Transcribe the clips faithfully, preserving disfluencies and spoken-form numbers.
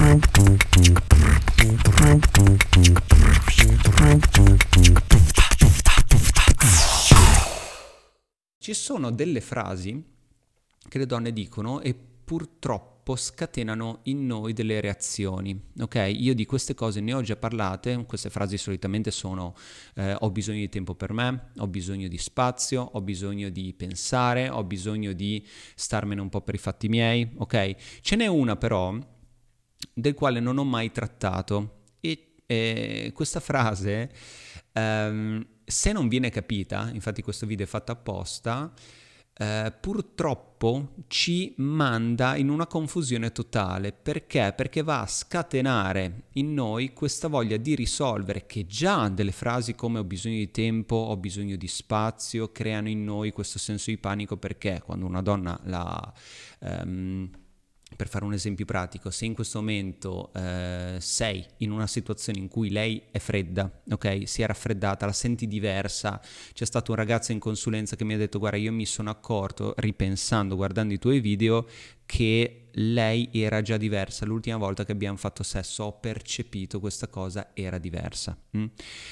Ci sono delle frasi che le donne dicono e purtroppo scatenano in noi delle reazioni, ok? Io di queste cose ne ho già parlate, queste frasi solitamente sono eh, ho bisogno di tempo per me, ho bisogno di spazio, ho bisogno di pensare, ho bisogno di starmene un po' per i fatti miei, ok? Ce n'è una però del quale non ho mai trattato e eh, questa frase ehm, se non viene capita, infatti questo video è fatto apposta, eh, purtroppo ci manda in una confusione totale. Perché? Perché va a scatenare in noi questa voglia di risolvere, che già delle frasi come ho bisogno di tempo, ho bisogno di spazio, creano in noi questo senso di panico, perché quando una donna la... Um, per fare un esempio pratico, se in questo momento eh, sei in una situazione in cui lei è fredda, ok? Si è raffreddata, la senti diversa, c'è stato un ragazzo in consulenza che mi ha detto guarda, io mi sono accorto, ripensando, guardando i tuoi video, che lei era già diversa, l'ultima volta che abbiamo fatto sesso ho percepito questa cosa, era diversa, mm?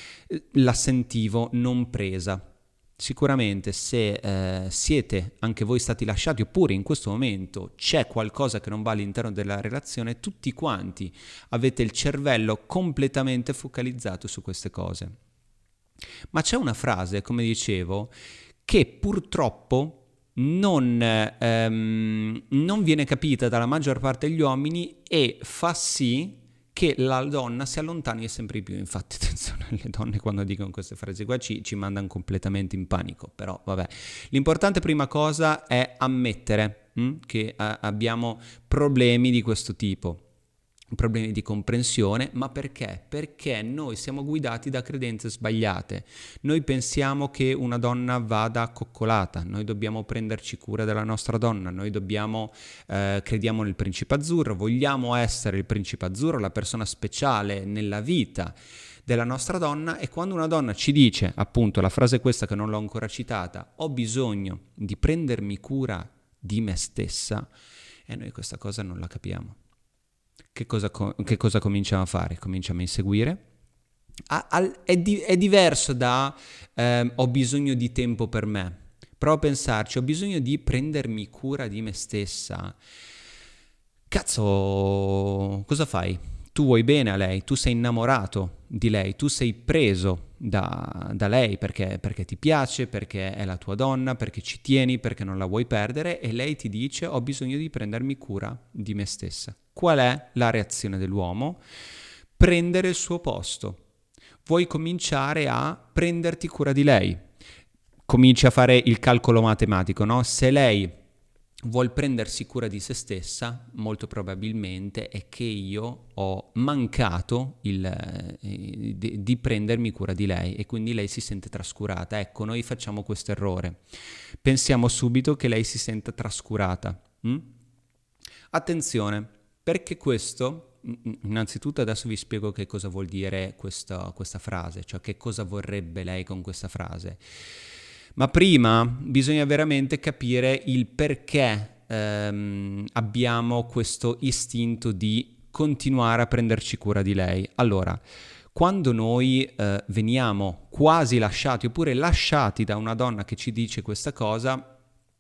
La sentivo non presa. Sicuramente se eh, siete anche voi stati lasciati oppure in questo momento c'è qualcosa che non va all'interno della relazione, tutti quanti avete il cervello completamente focalizzato su queste cose. Ma c'è una frase, come dicevo, che purtroppo non, ehm, non viene capita dalla maggior parte degli uomini e fa sì che la donna si allontani sempre di più. Infatti attenzione, le donne quando dicono queste frasi qua ci, ci mandano completamente in panico, però vabbè. L'importante prima cosa è ammettere hm, che a, abbiamo problemi di questo tipo, problemi di comprensione. Ma perché? Perché noi siamo guidati da credenze sbagliate. Noi pensiamo che una donna vada coccolata, noi dobbiamo prenderci cura della nostra donna, noi dobbiamo eh, crediamo nel principe azzurro, vogliamo essere il principe azzurro, la persona speciale nella vita della nostra donna. E quando una donna ci dice, appunto, la frase questa che non l'ho ancora citata, ho bisogno di prendermi cura di me stessa, e noi questa cosa non la capiamo. Che cosa, che cosa cominciamo a fare? Cominciamo a inseguire. A, al, è, di, è diverso da eh, ho bisogno di tempo per me. Prova a pensarci, ho bisogno di prendermi cura di me stessa. Cazzo, cosa fai? Tu vuoi bene a lei, tu sei innamorato di lei, tu sei preso da, da lei perché, perché ti piace, perché è la tua donna, perché ci tieni, perché non la vuoi perdere, e lei ti dice ho bisogno di prendermi cura di me stessa. Qual è la reazione dell'uomo? Prendere il suo posto. Vuoi cominciare a prenderti cura di lei. Cominci a fare il calcolo matematico, no? Se lei vuol prendersi cura di se stessa, molto probabilmente è che io ho mancato il, eh, di, di prendermi cura di lei, e quindi lei si sente trascurata. Ecco, noi facciamo questo errore. Pensiamo subito che lei si senta trascurata. Mm? Attenzione, perché questo, innanzitutto adesso vi spiego che cosa vuol dire questa, questa frase, cioè che cosa vorrebbe lei con questa frase. Ma prima bisogna veramente capire il perché ehm, abbiamo questo istinto di continuare a prenderci cura di lei. Allora, quando noi eh, veniamo quasi lasciati oppure lasciati da una donna che ci dice questa cosa,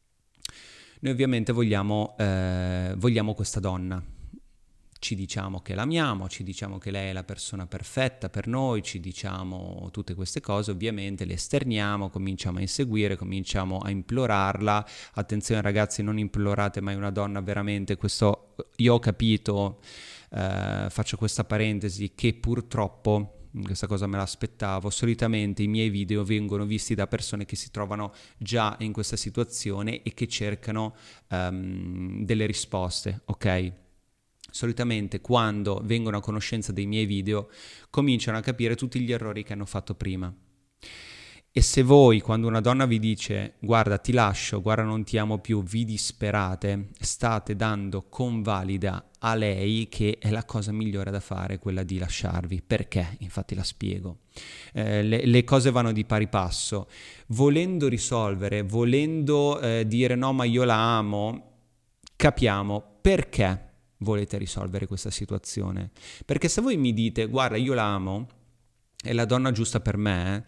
noi ovviamente vogliamo, eh, vogliamo questa donna. Ci diciamo che l'amiamo, ci diciamo che lei è la persona perfetta per noi, ci diciamo tutte queste cose, ovviamente le esterniamo, cominciamo a inseguire, cominciamo a implorarla. Attenzione ragazzi, non implorate mai una donna, veramente, questo io ho capito, eh, faccio questa parentesi, che purtroppo, questa cosa me l'aspettavo, solitamente i miei video vengono visti da persone che si trovano già in questa situazione e che cercano um, delle risposte, ok? Solitamente quando vengono a conoscenza dei miei video cominciano a capire tutti gli errori che hanno fatto prima. E se voi, quando una donna vi dice guarda ti lascio, guarda non ti amo più, vi disperate, state dando convalida a lei che è la cosa migliore da fare, quella di lasciarvi. Perché? Infatti la spiego. Eh, le, le cose vanno di pari passo. Volendo risolvere, volendo eh, dire no ma io la amo, capiamo perché volete risolvere questa situazione? Perché se voi mi dite, guarda, io la amo, è la donna giusta per me,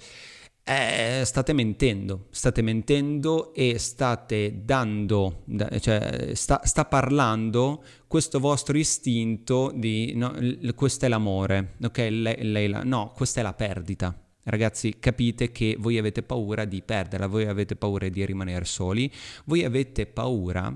eh, state mentendo, state mentendo e state dando, cioè sta, sta parlando questo vostro istinto di no, questo è l'amore, ok? Lei, lei la, no, questa è la perdita. Ragazzi, capite che voi avete paura di perderla, voi avete paura di rimanere soli, voi avete paura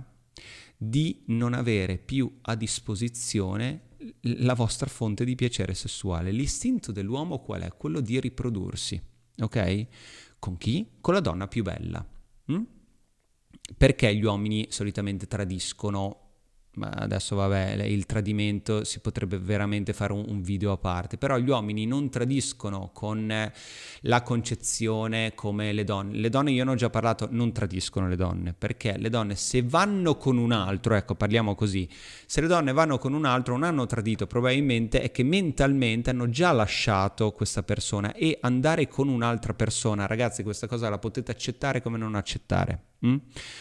di non avere più a disposizione la vostra fonte di piacere sessuale. L'istinto dell'uomo qual è? Quello di riprodursi, ok? Con chi? Con la donna più bella. Mm? Perché gli uomini solitamente tradiscono? Ma adesso vabbè, il tradimento si potrebbe veramente fare un, un video a parte, però gli uomini non tradiscono con la concezione come le donne. Le donne, io ne ho già parlato, non tradiscono le donne, perché le donne se vanno con un altro, ecco parliamo così, se le donne vanno con un altro non hanno tradito, probabilmente è che mentalmente hanno già lasciato questa persona, e andare con un'altra persona, ragazzi, questa cosa la potete accettare come non accettare. Mm?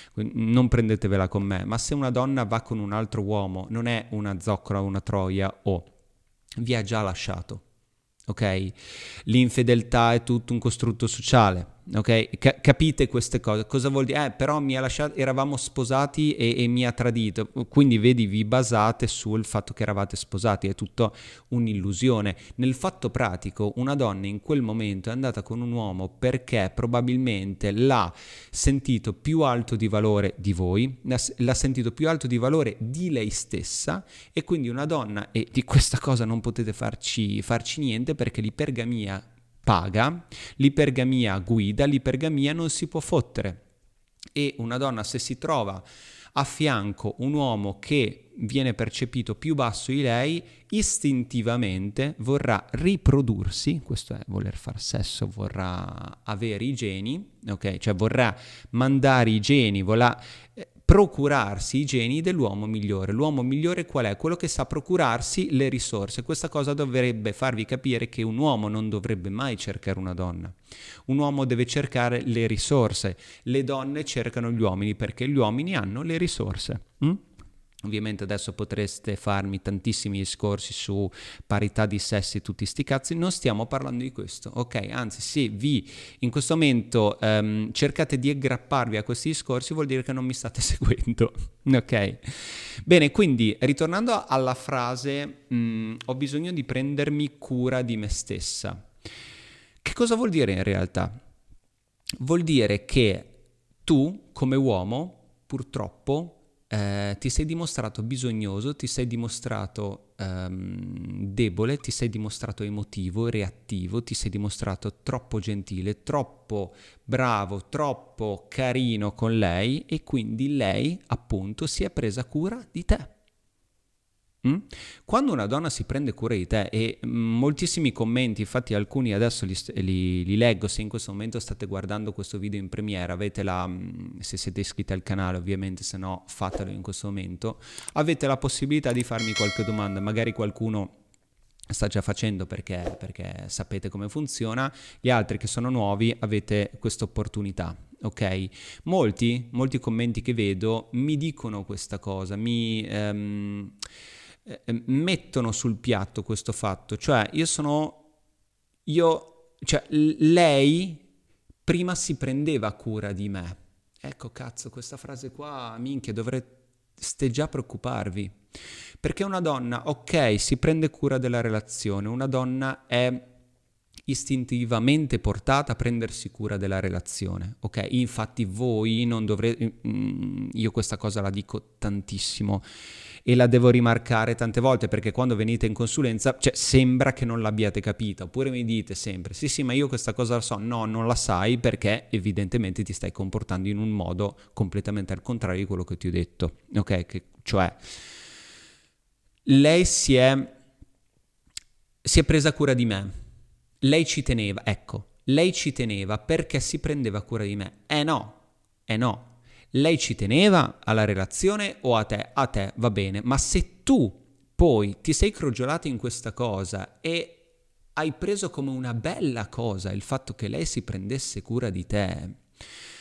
Non prendetevela con me, ma se una donna va con un altro uomo non è una zoccola o una troia, o oh, vi ha già lasciato, ok? L'infedeltà è tutto un costrutto sociale, ok? Ca- capite queste cose? Cosa vuol dire? Eh, però mi ha lasciato, eravamo sposati e, e mi ha tradito, quindi vedi, vi basate sul fatto che eravate sposati, è tutto un'illusione. Nel fatto pratico, una donna in quel momento è andata con un uomo perché probabilmente l'ha sentito più alto di valore di voi, l'ha sentito più alto di valore di lei stessa, e quindi una donna, e di questa cosa non potete farci, farci niente, perché l'ipergamia paga, l'ipergamia guida, l'ipergamia non si può fottere. E una donna, se si trova a fianco un uomo che viene percepito più basso di lei, istintivamente vorrà riprodursi, questo è voler far sesso, vorrà avere i geni, ok? Cioè vorrà mandare i geni, vorrà eh, procurarsi i geni dell'uomo migliore. L'uomo migliore qual è? Quello che sa procurarsi le risorse. Questa cosa dovrebbe farvi capire che un uomo non dovrebbe mai cercare una donna. Un uomo deve cercare le risorse. Le donne cercano gli uomini perché gli uomini hanno le risorse. Mm? Ovviamente adesso potreste farmi tantissimi discorsi su parità di sessi e tutti sti cazzi, non stiamo parlando di questo, ok? Anzi, se vi in questo momento um, cercate di aggrapparvi a questi discorsi, vuol dire che non mi state seguendo, ok? Bene, quindi ritornando alla frase mh, ho bisogno di prendermi cura di me stessa. Che cosa vuol dire in realtà? Vuol dire che tu, come uomo, purtroppo, Eh, ti sei dimostrato bisognoso, ti sei dimostrato ehm, debole, ti sei dimostrato emotivo, reattivo, ti sei dimostrato troppo gentile, troppo bravo, troppo carino con lei, e quindi lei appunto si è presa cura di te. Mm? Quando una donna si prende cura di te, e mm, moltissimi commenti, infatti alcuni adesso li, li, li leggo, se in questo momento state guardando questo video in premiera, avete la, mm, se siete iscritti al canale ovviamente, se no fatelo in questo momento, avete la possibilità di farmi qualche domanda, magari qualcuno sta già facendo perché, perché sapete come funziona, gli altri che sono nuovi avete questa opportunità. Ok, molti, molti commenti che vedo mi dicono questa cosa, mi ehm, eh, mettono sul piatto questo fatto, cioè io sono, io, cioè lei prima si prendeva cura di me. Ecco, cazzo, questa frase qua, minchia, dovreste già preoccuparvi, perché una donna, ok, si prende cura della relazione, una donna è istintivamente portata a prendersi cura della relazione, ok? Infatti voi non dovrete, io questa cosa la dico tantissimo e la devo rimarcare tante volte, perché quando venite in consulenza, cioè, sembra che non l'abbiate capita, oppure mi dite sempre sì sì ma io questa cosa la so. No, non la sai, perché evidentemente ti stai comportando in un modo completamente al contrario di quello che ti ho detto, ok? Che, cioè lei si è si è presa cura di me. Lei ci teneva, ecco, lei ci teneva perché si prendeva cura di me. Eh no, eh no. Lei ci teneva alla relazione o a te? A te, va bene. Ma se tu poi ti sei crogiolato in questa cosa e hai preso come una bella cosa il fatto che lei si prendesse cura di te,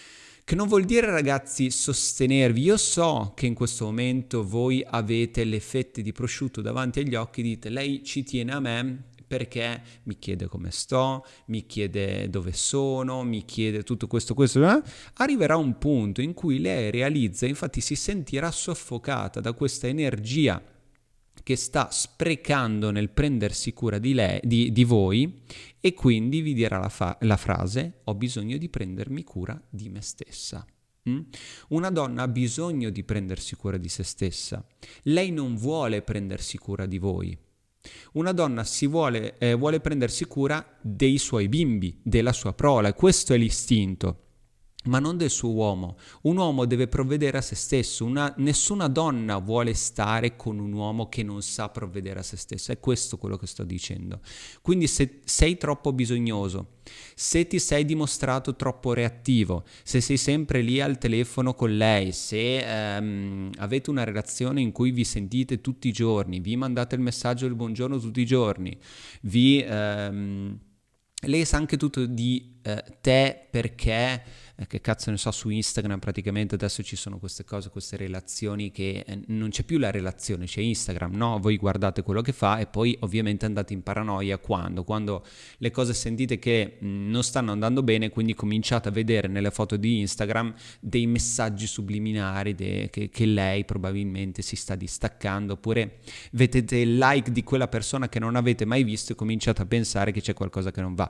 Che non vuol dire, ragazzi, sostenervi. Io so che in questo momento voi avete le fette di prosciutto davanti agli occhi, dite lei ci tiene a me perché mi chiede come sto, mi chiede dove sono, mi chiede tutto questo, questo, eh? Arriverà un punto in cui lei realizza, infatti si sentirà soffocata da questa energia che sta sprecando nel prendersi cura di, lei, di, di voi, e quindi vi dirà la, fa- la frase: ho bisogno di prendermi cura di me stessa. Mm? Una donna ha bisogno di prendersi cura di se stessa. Lei non vuole prendersi cura di voi. Una donna si vuole, eh, vuole prendersi cura dei suoi bimbi, della sua prole, questo è l'istinto, ma non del suo uomo. Un uomo deve provvedere a se stesso. Una, nessuna donna vuole stare con un uomo che non sa provvedere a se stesso. È questo quello che sto dicendo. Quindi se sei troppo bisognoso, se ti sei dimostrato troppo reattivo, se sei sempre lì al telefono con lei, se ehm, avete una relazione in cui vi sentite tutti i giorni, vi mandate il messaggio del buongiorno tutti i giorni, vi... Ehm, lei sa anche tutto di eh, te perché, eh, che cazzo ne so, su Instagram praticamente adesso ci sono queste cose, queste relazioni che eh, non c'è più la relazione, c'è Instagram, no? Voi guardate quello che fa e poi ovviamente andate in paranoia quando? Quando le cose sentite che mh, non stanno andando bene, quindi cominciate a vedere nelle foto di Instagram dei messaggi subliminari de- che, che lei probabilmente si sta distaccando, oppure vedete il like di quella persona che non avete mai visto e cominciate a pensare che c'è qualcosa che non va.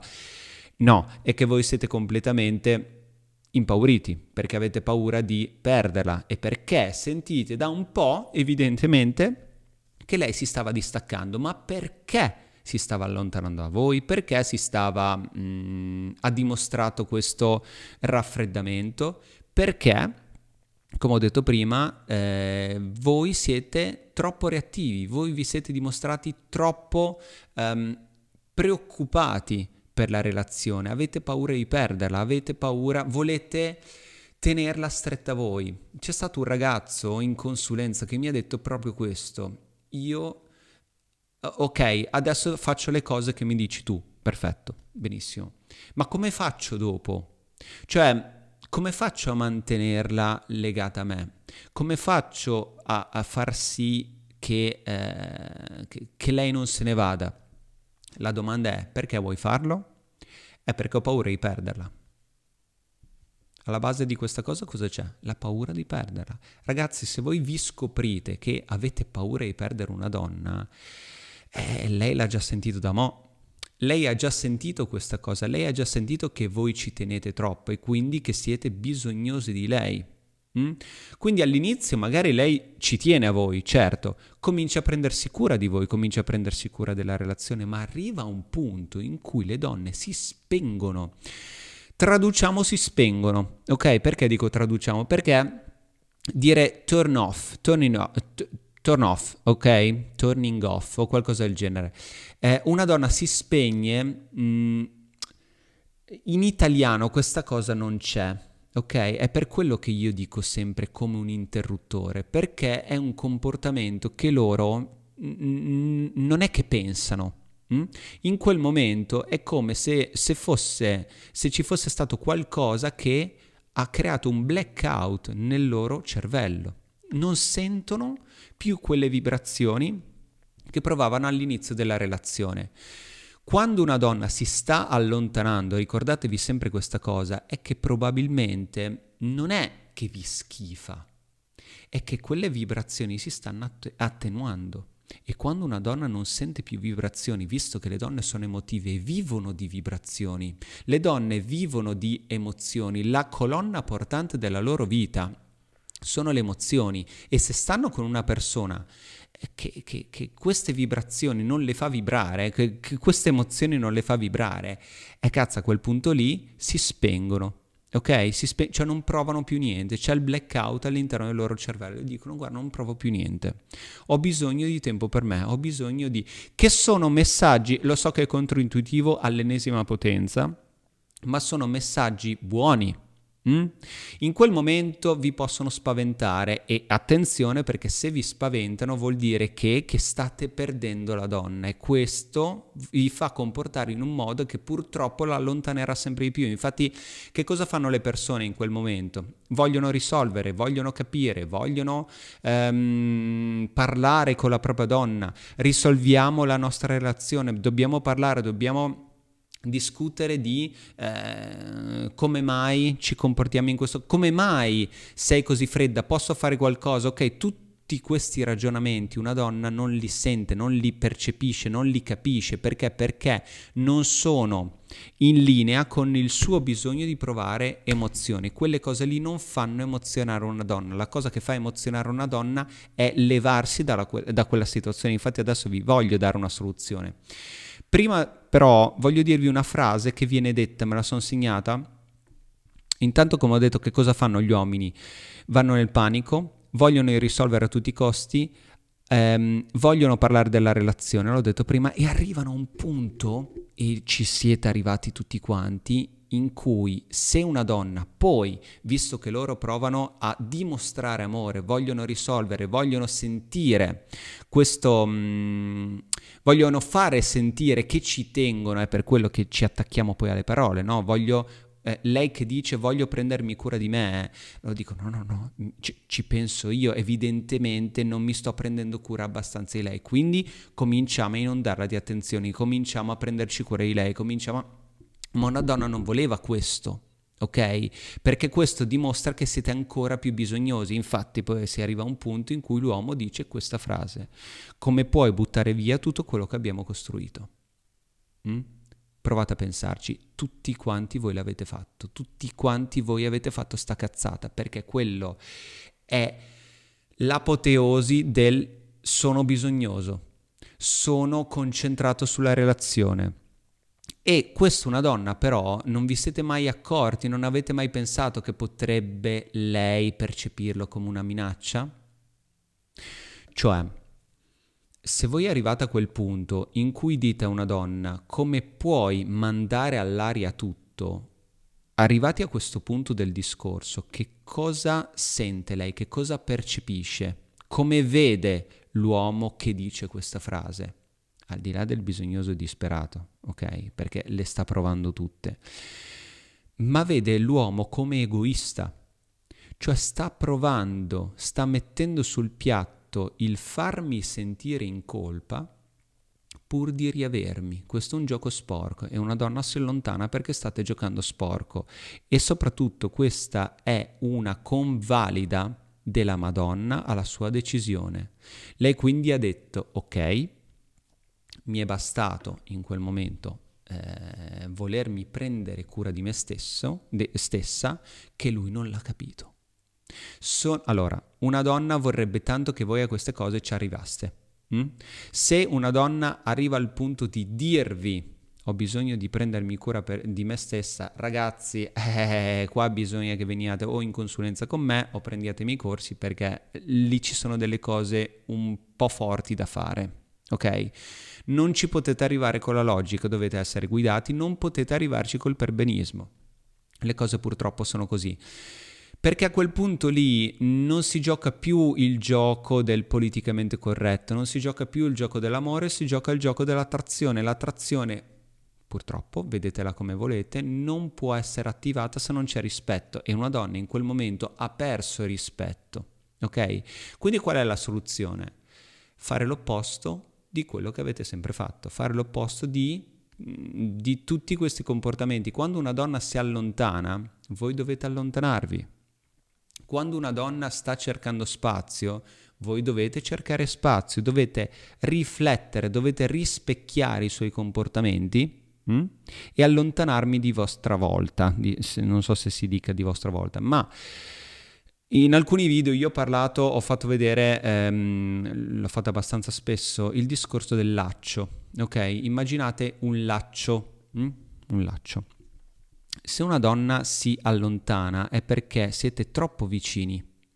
No, è che voi siete completamente impauriti perché avete paura di perderla e perché sentite da un po', evidentemente, che lei si stava distaccando. Ma perché si stava allontanando da voi? Perché si stava mh, ha dimostrato questo raffreddamento? Perché, come ho detto prima, eh, voi siete troppo reattivi, voi vi siete dimostrati troppo ehm, preoccupati per la relazione, avete paura di perderla, avete paura, volete tenerla stretta a voi. C'è stato un ragazzo in consulenza che mi ha detto proprio questo: io, ok, adesso faccio le cose che mi dici tu, perfetto, benissimo, ma come faccio dopo? Cioè, come faccio a mantenerla legata a me? Come faccio a, a far sì che, eh, che, che lei non se ne vada? La domanda è: perché vuoi farlo? È perché ho paura di perderla. Alla base di questa cosa cosa c'è? La paura di perderla. Ragazzi, se voi vi scoprite che avete paura di perdere una donna, eh, lei l'ha già sentito da mo'. Lei ha già sentito questa cosa, lei ha già sentito che voi ci tenete troppo e quindi che siete bisognosi di lei. Mm? Quindi all'inizio magari lei ci tiene a voi, certo, comincia a prendersi cura di voi, comincia a prendersi cura della relazione, ma arriva un punto in cui le donne si spengono. Traduciamo si spengono, ok? Perché dico traduciamo? Perché dire turn off, turning off, t- turn off, ok? Turning off o qualcosa del genere. Eh, una donna si spegne, mh, in italiano questa cosa non c'è. Ok, è per quello che io dico sempre come un interruttore, perché è un comportamento che loro n- non è che pensano. mm? In quel momento è come se, se fosse, se ci fosse stato qualcosa che ha creato un blackout nel loro cervello. Non sentono più quelle vibrazioni che provavano all'inizio della relazione. Quando una donna si sta allontanando, ricordatevi sempre questa cosa, è che probabilmente non è che vi schifa, è che quelle vibrazioni si stanno att- attenuando. E quando una donna non sente più vibrazioni, visto che le donne sono emotive e vivono di vibrazioni, le donne vivono di emozioni, la colonna portante della loro vita sono le emozioni, e se stanno con una persona Che, che, che queste vibrazioni non le fa vibrare, che, che queste emozioni non le fa vibrare, e cazzo, a quel punto lì si spengono, ok? Si spe- cioè non provano più niente, c'è il blackout all'interno del loro cervello e dicono: guarda, non provo più niente, ho bisogno di tempo per me, ho bisogno di... che sono messaggi, lo so che è controintuitivo all'ennesima potenza, ma sono messaggi buoni, Mm? In quel momento vi possono spaventare e attenzione, perché se vi spaventano vuol dire che, che state perdendo la donna e questo vi fa comportare in un modo che purtroppo la allontanerà sempre di più. Infatti che cosa fanno le persone in quel momento? Vogliono risolvere, vogliono capire, vogliono ehm, parlare con la propria donna, risolviamo la nostra relazione, dobbiamo parlare, dobbiamo discutere di eh, come mai ci comportiamo in questo, come mai sei così fredda, posso fare qualcosa? Ok, tutti questi ragionamenti una donna non li sente, non li percepisce, non li capisce. Perché? Perché non sono in linea con il suo bisogno di provare emozioni. Quelle cose lì non fanno emozionare una donna. La cosa che fa emozionare una donna è levarsi dalla, da quella situazione. Infatti adesso vi voglio dare una soluzione. Prima però voglio dirvi una frase che viene detta, me la sono segnata. Intanto, come ho detto, che cosa fanno gli uomini? Vanno nel panico, vogliono risolvere a tutti i costi, ehm, vogliono parlare della relazione, l'ho detto prima, e arrivano a un punto, e ci siete arrivati tutti quanti, in cui se una donna poi, visto che loro provano a dimostrare amore, vogliono risolvere, vogliono sentire questo, mh, vogliono fare sentire che ci tengono, è per quello che ci attacchiamo poi alle parole, no? Voglio, eh, lei che dice voglio prendermi cura di me, lo dico no no no, ci, ci penso io, evidentemente non mi sto prendendo cura abbastanza di lei, quindi cominciamo a inondarla di attenzioni, cominciamo a prenderci cura di lei, cominciamo a... Ma una donna non voleva questo, ok? Perché questo dimostra che siete ancora più bisognosi. Infatti poi si arriva a un punto in cui l'uomo dice questa frase: come puoi buttare via tutto quello che abbiamo costruito? Mm? Provate a pensarci, tutti quanti voi l'avete fatto, tutti quanti voi avete fatto sta cazzata, perché quello è l'apoteosi del sono bisognoso, sono concentrato sulla relazione. E questo una donna però non vi siete mai accorti, non avete mai pensato che potrebbe lei percepirlo come una minaccia? Cioè, se voi arrivate a quel punto in cui dite a una donna come puoi mandare all'aria tutto, arrivati a questo punto del discorso, che cosa sente lei, che cosa percepisce, come vede l'uomo che dice questa frase? Al di là del bisognoso e disperato, ok? Perché le sta provando tutte. Ma vede l'uomo come egoista, cioè sta provando, sta mettendo sul piatto il farmi sentire in colpa pur di riavermi. Questo è un gioco sporco e una donna si allontana perché state giocando sporco. E soprattutto questa è una convalida della Madonna alla sua decisione. Lei quindi ha detto ok, mi è bastato in quel momento eh, volermi prendere cura di me stesso, de- stessa, che lui non l'ha capito. So- allora, una donna vorrebbe tanto che voi a queste cose ci arrivaste. Mm? Se una donna arriva al punto di dirvi ho bisogno di prendermi cura per, di me stessa, ragazzi, eh, qua bisogna che veniate o in consulenza con me o prendiatemi i corsi, perché lì ci sono delle cose un po' forti da fare, ok? Non ci potete arrivare con la logica, dovete essere guidati, non potete arrivarci col perbenismo. Le cose purtroppo sono così. Perché a quel punto lì non si gioca più il gioco del politicamente corretto, non si gioca più il gioco dell'amore, si gioca il gioco dell'attrazione. L'attrazione, purtroppo, vedetela come volete, non può essere attivata se non c'è rispetto e una donna in quel momento ha perso il rispetto, ok? Quindi qual è la soluzione? Fare l'opposto di quello che avete sempre fatto, fare l'opposto di di tutti questi comportamenti. Quando una donna si allontana, voi dovete allontanarvi. Quando una donna sta cercando spazio, voi dovete cercare spazio, dovete riflettere, dovete rispecchiare i suoi comportamenti mh? e allontanarmi di vostra volta, di, non so se si dica di vostra volta, ma in alcuni video io ho parlato, ho fatto vedere, ehm, l'ho fatto abbastanza spesso, il discorso del laccio, ok? Immaginate un laccio, mh? un laccio. Se una donna si allontana è perché siete troppo vicini,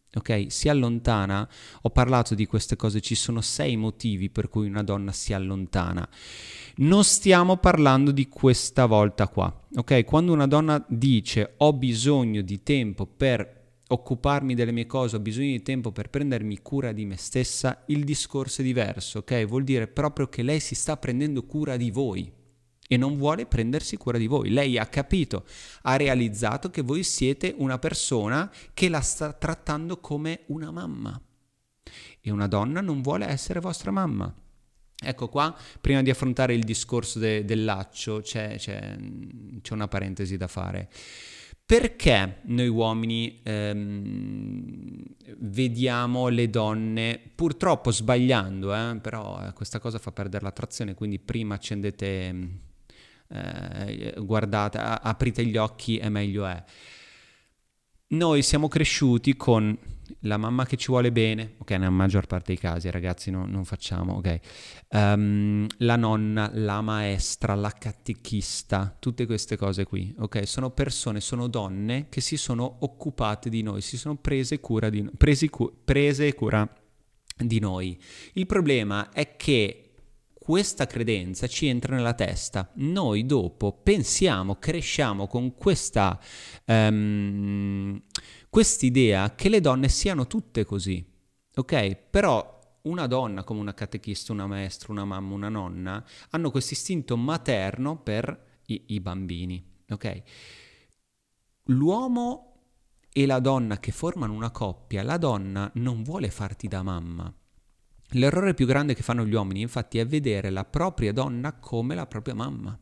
ok? Si allontana, ho parlato di queste cose, ci sono sei motivi per cui una donna si allontana. Non stiamo parlando di questa volta qua, ok? Quando una donna dice ho bisogno di tempo per occuparmi delle mie cose, ho bisogno di tempo per prendermi cura di me stessa, il discorso è diverso, ok? Vuol dire proprio che lei si sta prendendo cura di voi e non vuole prendersi cura di voi. Lei ha capito, ha realizzato che voi siete una persona che la sta trattando come una mamma e una donna non vuole essere vostra mamma. Ecco qua, prima di affrontare il discorso de- del laccio, c'è, c'è, c'è una parentesi da fare. Perché noi uomini ehm, vediamo le donne, purtroppo sbagliando, eh, però eh, questa cosa fa perdere l'attrazione, quindi prima accendete, eh, guardate, a- aprite gli occhi e meglio è. Noi siamo cresciuti con la mamma che ci vuole bene, ok, nella maggior parte dei casi, ragazzi, no, non facciamo, ok, um, la nonna, la maestra, la catechista, tutte queste cose qui, ok, sono persone, sono donne che si sono occupate di noi, si sono prese cura di, presi cu- prese cura di noi. Il problema è che questa credenza ci entra nella testa. Noi dopo pensiamo, cresciamo con questa um, quest'idea che le donne siano tutte così, ok? Però una donna come una catechista, una maestra, una mamma, una nonna hanno questo istinto materno per i, i bambini, ok? L'uomo e la donna che formano una coppia, la donna non vuole farti da mamma. L'errore più grande che fanno gli uomini, infatti, è vedere la propria donna come la propria mamma.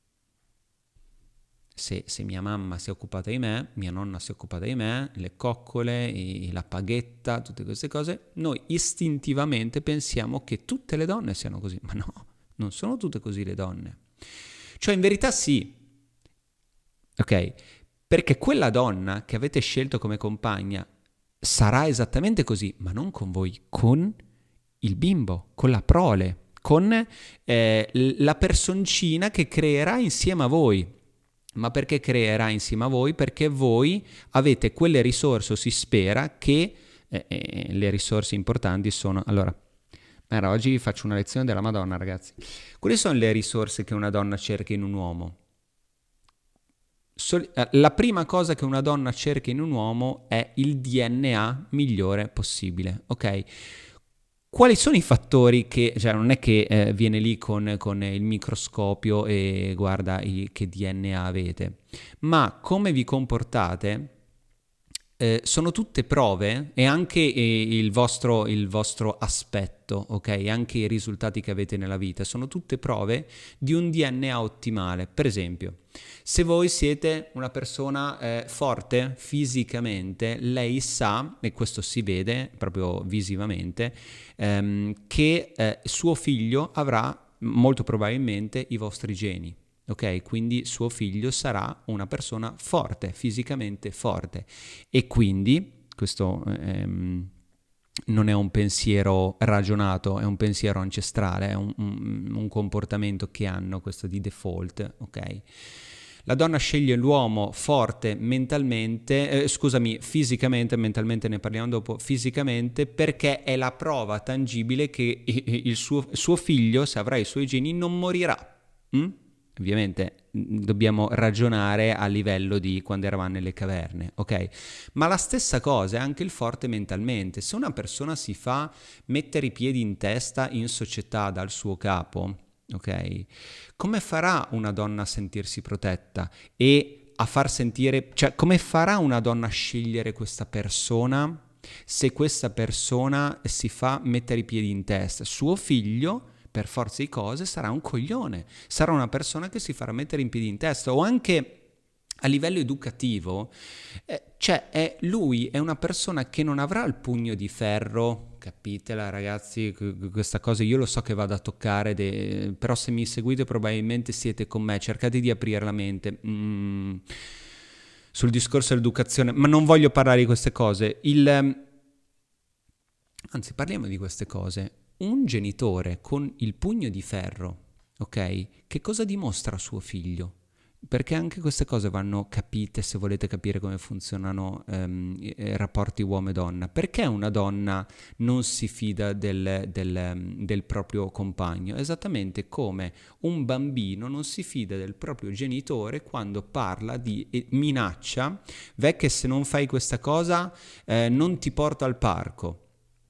Se, se mia mamma si è occupata di me, mia nonna si è occupata di me, le coccole, i, la paghetta, tutte queste cose, noi istintivamente pensiamo che tutte le donne siano così, ma no, non sono tutte così le donne. Cioè in verità sì, ok? Perché quella donna che avete scelto come compagna sarà esattamente così, ma non con voi, con il bimbo, con la prole, con eh, la personcina che creerà insieme a voi. Ma perché creerà insieme a voi? Perché voi avete quelle risorse, o si spera che eh, eh, le risorse importanti sono... Allora, allora, oggi vi faccio una lezione della Madonna, ragazzi. Quali sono le risorse che una donna cerca in un uomo? Sol- la prima cosa che una donna cerca in un uomo è il D N A migliore possibile, ok? Quali sono i fattori che, cioè non è che eh, viene lì con, con il microscopio e guarda i, che D N A avete, ma come vi comportate eh, sono tutte prove e anche eh, il vostro, il vostro aspetto, ok? Anche i risultati che avete nella vita sono tutte prove di un D N A ottimale. Per esempio, se voi siete una persona eh, forte fisicamente, lei sa, e questo si vede proprio visivamente, ehm, che eh, suo figlio avrà molto probabilmente i vostri geni. Ok, quindi suo figlio sarà una persona forte, fisicamente forte. E quindi, questo ehm, non è un pensiero ragionato, è un pensiero ancestrale, è un, un, un comportamento che hanno, questo di default, ok? La donna sceglie l'uomo forte mentalmente, eh, scusami, fisicamente, mentalmente ne parliamo dopo, fisicamente perché è la prova tangibile che il suo, suo figlio, se avrà i suoi geni, non morirà. Mm? Ovviamente dobbiamo ragionare a livello di quando eravamo nelle caverne, ok? Ma la stessa cosa è anche il forte mentalmente. Se una persona si fa mettere i piedi in testa in società dal suo capo, ok? Come farà una donna a sentirsi protetta e a far sentire, cioè come farà una donna a scegliere questa persona se questa persona si fa mettere i piedi in testa? Suo figlio, per forza di cose, sarà un coglione, sarà una persona che si farà mettere in piedi in testa, o anche a livello educativo, eh, cioè è, lui è una persona che non avrà il pugno di ferro, capitela ragazzi, questa cosa io lo so che vado a toccare, de, però se mi seguite probabilmente siete con me, cercate di aprire la mente. Mm, sul discorso dell'educazione, ma non voglio parlare di queste cose, il... Anzi, parliamo di queste cose. Un genitore con il pugno di ferro, ok? Che cosa dimostra a suo figlio? Perché anche queste cose vanno capite se volete capire come funzionano ehm, i i rapporti uomo e donna. Perché una donna non si fida del, del, ehm, del proprio compagno? Esattamente come un bambino non si fida del proprio genitore quando parla di e minaccia, "Vè che se non fai questa cosa eh, non ti porto al parco",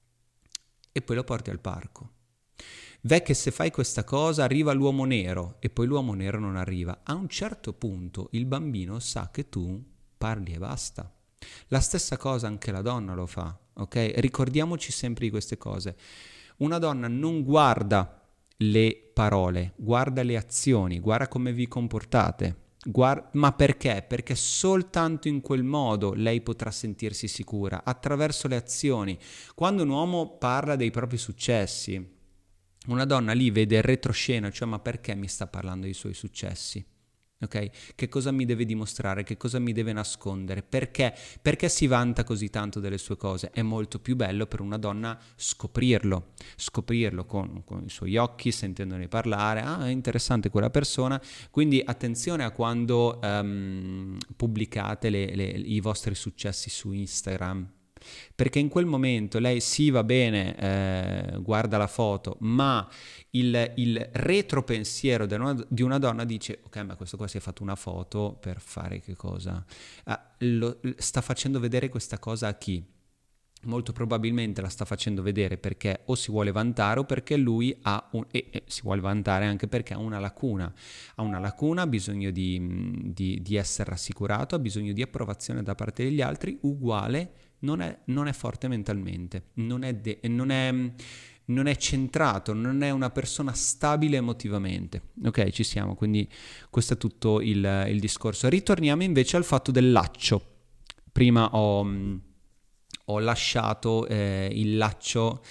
e poi lo porti al parco. "V'è che se fai questa cosa arriva l'uomo nero", e poi l'uomo nero non arriva. A un certo punto il bambino sa che tu parli e basta. La stessa cosa anche la donna lo fa, ok? Ricordiamoci sempre di queste cose. Una donna non guarda le parole, guarda le azioni, guarda come vi comportate. Guarda, ma perché? Perché soltanto in quel modo lei potrà sentirsi sicura, attraverso le azioni. Quando un uomo parla dei propri successi, una donna lì vede il retroscena, cioè ma perché mi sta parlando dei suoi successi? Ok? Che cosa mi deve dimostrare? Che cosa mi deve nascondere? Perché? Perché si vanta così tanto delle sue cose? È molto più bello per una donna scoprirlo, scoprirlo con, con i suoi occhi, sentendone parlare. Ah, è interessante quella persona. Quindi attenzione a quando um, pubblicate le, le, i vostri successi su Instagram, perché in quel momento lei sì, va bene, eh, guarda la foto, ma il, il retropensiero di una, di una donna dice: ok, ma questo qua si è fatto una foto per fare che cosa? Ah, lo, sta facendo vedere questa cosa a chi? Molto probabilmente la sta facendo vedere perché o si vuole vantare o perché lui ha un, e, e si vuole vantare anche perché ha una lacuna, ha una lacuna, ha bisogno di, di, di essere rassicurato, ha bisogno di approvazione da parte degli altri, uguale, non è, non è forte mentalmente, non è, de, non è non è centrato, non è una persona stabile emotivamente. Ok, ci siamo, quindi questo è tutto il, il discorso. Ritorniamo invece al fatto del laccio. Prima ho, ho lasciato eh, il laccio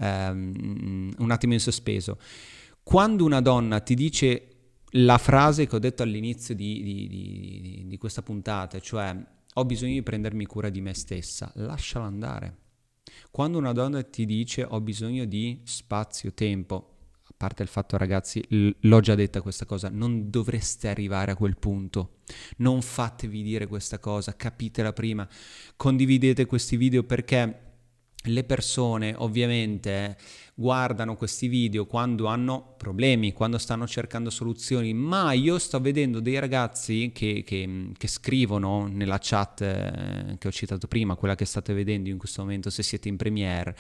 ehm, un attimo in sospeso. Quando una donna ti dice la frase che ho detto all'inizio di, di, di, di questa puntata, cioè ho bisogno di prendermi cura di me stessa, lasciala andare. Quando una donna ti dice ho bisogno di spazio, tempo, a parte il fatto, ragazzi, l- l'ho già detta questa cosa, non dovreste arrivare a quel punto, non fatevi dire questa cosa, capitela prima, condividete questi video perché le persone ovviamente guardano questi video quando hanno problemi, quando stanno cercando soluzioni, ma io sto vedendo dei ragazzi che, che, che scrivono nella chat eh, che ho citato prima, quella che state vedendo in questo momento se siete in Premiere,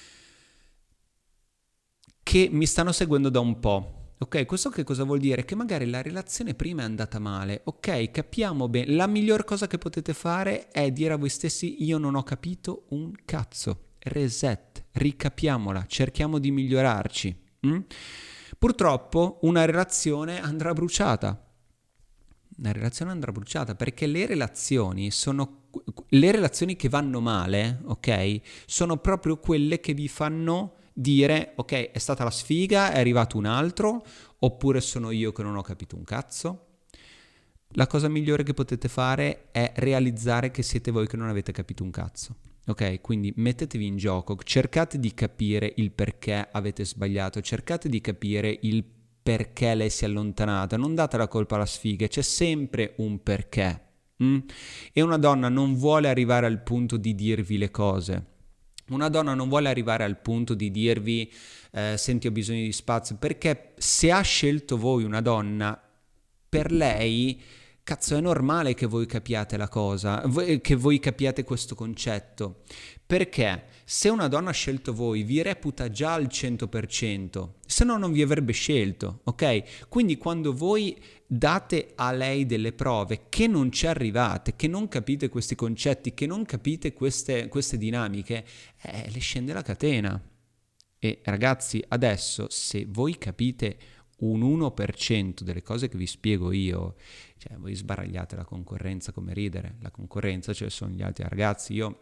che mi stanno seguendo da un po'. Ok, questo che cosa vuol dire? Che magari la relazione prima è andata male, ok, capiamo bene, la miglior cosa che potete fare è dire a voi stessi: io non ho capito un cazzo, reset, ricapiamola, cerchiamo di migliorarci. Mm? Purtroppo una relazione andrà bruciata, una relazione andrà bruciata perché le relazioni sono le relazioni che vanno male, ok? Sono proprio quelle che vi fanno dire: ok, è stata la sfiga, è arrivato un altro, oppure sono io che non ho capito un cazzo. La cosa migliore che potete fare è realizzare che siete voi che non avete capito un cazzo. Ok, quindi mettetevi in gioco, cercate di capire il perché avete sbagliato, cercate di capire il perché lei si è allontanata, non date la colpa alla sfiga, c'è sempre un perché. Mm? E una donna non vuole arrivare al punto di dirvi le cose. Una donna non vuole arrivare al punto di dirvi eh, senti, ho bisogno di spazio, perché se ha scelto voi una donna, per lei, cazzo, è normale che voi capiate la cosa, che voi capiate questo concetto. Perché se una donna ha scelto voi, vi reputa già al cento per cento, se no non vi avrebbe scelto, ok? Quindi quando voi date a lei delle prove che non ci arrivate, che non capite questi concetti, che non capite queste, queste dinamiche, eh, le scende la catena. E ragazzi, adesso se voi capite un uno per cento delle cose che vi spiego io, cioè voi sbaragliate la concorrenza come ridere. La concorrenza, cioè, sono gli altri ragazzi. Io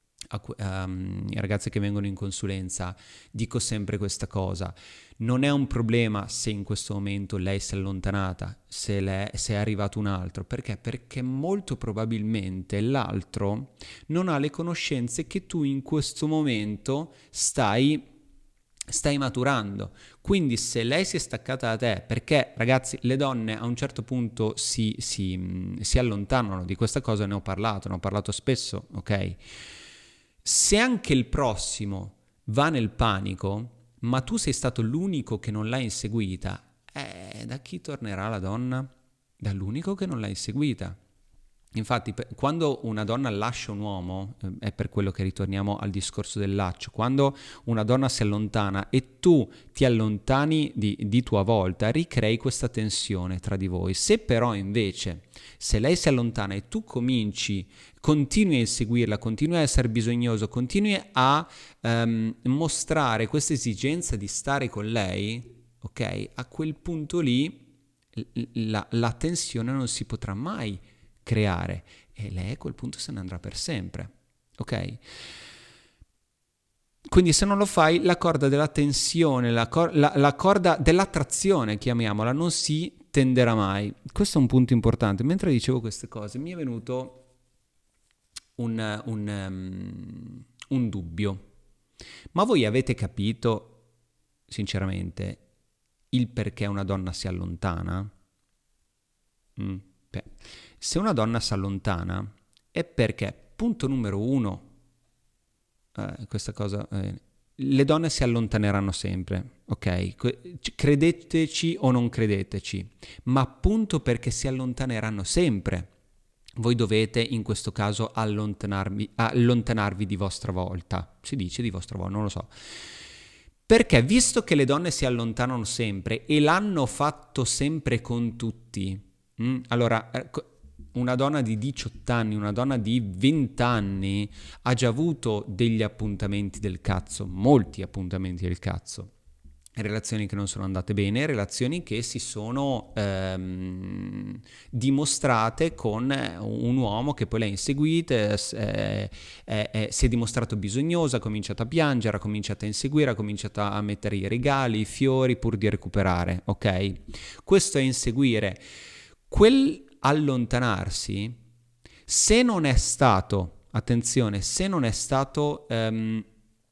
Um, i ragazzi che vengono in consulenza dico sempre questa cosa: non è un problema se in questo momento lei si è allontanata, se, lei, se è arrivato un altro, perché? Perché molto probabilmente l'altro non ha le conoscenze che tu in questo momento stai stai maturando. Quindi se lei si è staccata da te, perché ragazzi, le donne a un certo punto si, si, si allontanano, di questa cosa ne ho parlato, ne ho parlato spesso, ok? Se anche il prossimo va nel panico, ma tu sei stato l'unico che non l'ha inseguita, eh, da chi tornerà la donna? Dall'unico che non l'ha inseguita. Infatti, quando una donna lascia un uomo, eh, è per quello che ritorniamo al discorso del laccio, quando una donna si allontana e tu ti allontani di, di tua volta, ricrei questa tensione tra di voi. Se però invece, se lei si allontana e tu cominci, continui a inseguirla, continui a essere bisognoso, continui a um, mostrare questa esigenza di stare con lei, ok? A quel punto lì la, la tensione non si potrà mai creare e lei a quel punto se ne andrà per sempre, ok? Quindi se non lo fai, la corda della tensione, la, cor- la, la corda dell'attrazione, chiamiamola, non si tenderà mai. Questo è un punto importante. Mentre dicevo queste cose mi è venuto un, un, um, un dubbio. Ma voi avete capito, sinceramente, il perché una donna si allontana? Mm, beh. Se una donna si allontana è perché, punto numero uno, eh, questa cosa, eh, le donne si allontaneranno sempre, ok? Credeteci o non credeteci, ma appunto perché si allontaneranno sempre, voi dovete in questo caso allontanarvi, allontanarvi di vostra volta, si dice di vostra volta, non lo so. Perché visto che le donne si allontanano sempre e l'hanno fatto sempre con tutti, mh, allora... Eh, una donna di diciotto anni, una donna di venti anni ha già avuto degli appuntamenti del cazzo, molti appuntamenti del cazzo, relazioni che non sono andate bene, relazioni che si sono ehm, dimostrate con un uomo che poi l'ha inseguita, eh, eh, eh, si è dimostrato bisognosa, ha cominciato a piangere, ha cominciato a inseguire, ha cominciato a mettere i regali, i fiori pur di recuperare, ok? Questo è inseguire. Quel allontanarsi, se non è stato, attenzione, se non è stato, um,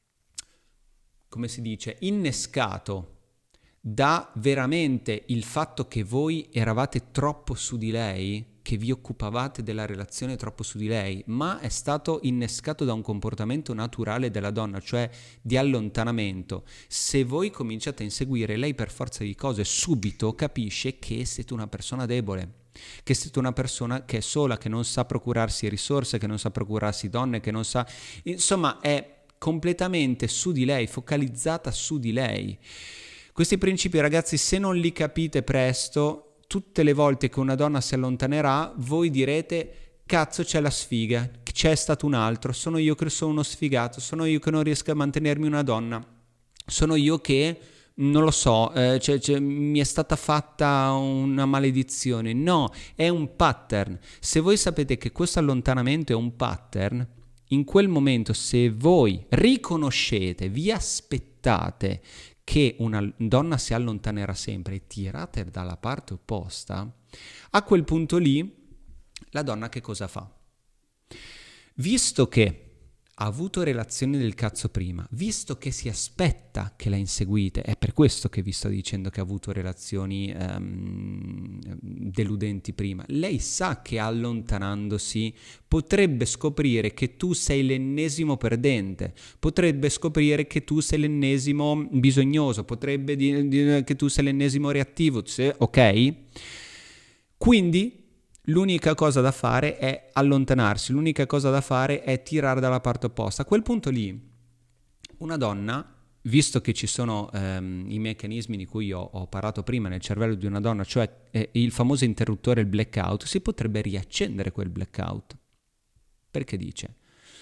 come si dice, innescato da veramente il fatto che voi eravate troppo su di lei, che vi occupavate della relazione troppo su di lei, ma è stato innescato da un comportamento naturale della donna, cioè di allontanamento. Se voi cominciate a inseguire, lei per forza di cose subito capisce che siete una persona debole, che siete una persona che è sola, che non sa procurarsi risorse, che non sa procurarsi donne, che non sa... Insomma, è completamente su di lei, focalizzata su di lei. Questi principi, ragazzi, se non li capite presto, tutte le volte che una donna si allontanerà, voi direte: cazzo, c'è la sfiga, c'è stato un altro, sono io che sono uno sfigato, sono io che non riesco a mantenermi una donna, sono io che... non lo so, eh, cioè, cioè, mi è stata fatta una maledizione. No, è un pattern. Se voi sapete che questo allontanamento è un pattern, in quel momento, se voi riconoscete, vi aspettate che una donna si allontanerà sempre e tirate dalla parte opposta, a quel punto lì la donna che cosa fa? Visto che ha avuto relazioni del cazzo prima, visto che si aspetta che la inseguite, è per questo che vi sto dicendo che ha avuto relazioni um, deludenti prima, lei sa che allontanandosi potrebbe scoprire che tu sei l'ennesimo perdente, potrebbe scoprire che tu sei l'ennesimo bisognoso, potrebbe dire che tu sei l'ennesimo reattivo, ok? Quindi l'unica cosa da fare è allontanarsi, l'unica cosa da fare è tirare dalla parte opposta. A quel punto lì, una donna, visto che ci sono ehm, i meccanismi di cui ho, ho parlato prima nel cervello di una donna, cioè eh, il famoso interruttore, il blackout, si potrebbe riaccendere quel blackout. Perché dice: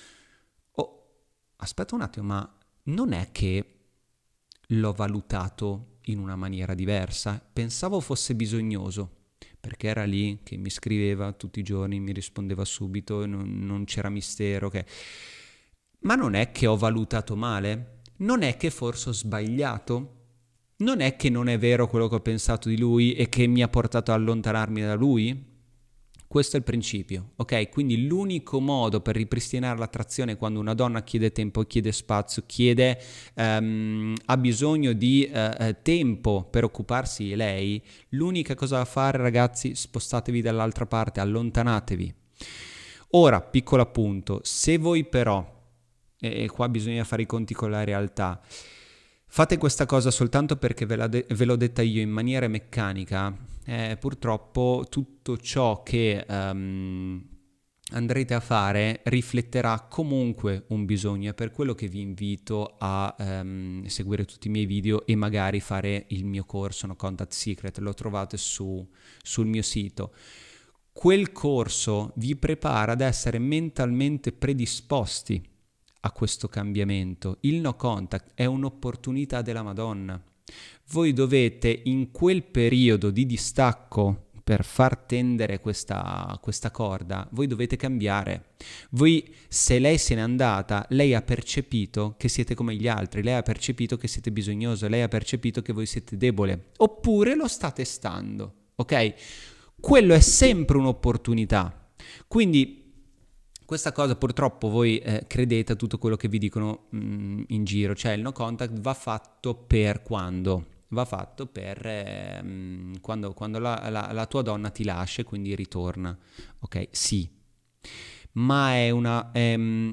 oh, aspetta un attimo, ma non è che l'ho valutato in una maniera diversa? Pensavo fosse bisognoso, perché era lì che mi scriveva tutti i giorni, mi rispondeva subito, non, non c'era mistero. Che... Ma non è che ho valutato male? Non è che forse ho sbagliato? Non è che non è vero quello che ho pensato di lui e che mi ha portato a allontanarmi da lui? Questo è il principio, ok? Quindi l'unico modo per ripristinare l'attrazione quando una donna chiede tempo, chiede spazio, chiede, ehm, ha bisogno di eh, tempo per occuparsi di lei, l'unica cosa da fare, ragazzi, spostatevi dall'altra parte, allontanatevi. Ora, piccolo appunto, se voi però, e qua bisogna fare i conti con la realtà, fate questa cosa soltanto perché ve, la de- ve l'ho detta io in maniera meccanica, eh, purtroppo tutto ciò che um, andrete a fare rifletterà comunque un bisogno. È per quello che vi invito a um, seguire tutti i miei video e magari fare il mio corso No Contact Secret, lo trovate su, sul mio sito. Quel corso vi prepara ad essere mentalmente predisposti a questo cambiamento. Il no contact è un'opportunità della Madonna. Voi dovete in quel periodo di distacco per far tendere questa, questa corda, voi dovete cambiare. Voi, se lei se n'è andata, lei ha percepito che siete come gli altri, lei ha percepito che siete bisognoso, lei ha percepito che voi siete debole, oppure lo state stando, ok? Quello è sempre un'opportunità. Quindi questa cosa purtroppo voi eh, credete a tutto quello che vi dicono mh, in giro, cioè il no contact va fatto per quando? Va fatto per eh, mh, quando, quando la, la, la tua donna ti lascia e quindi ritorna. Ok, sì, ma è una... È, mh,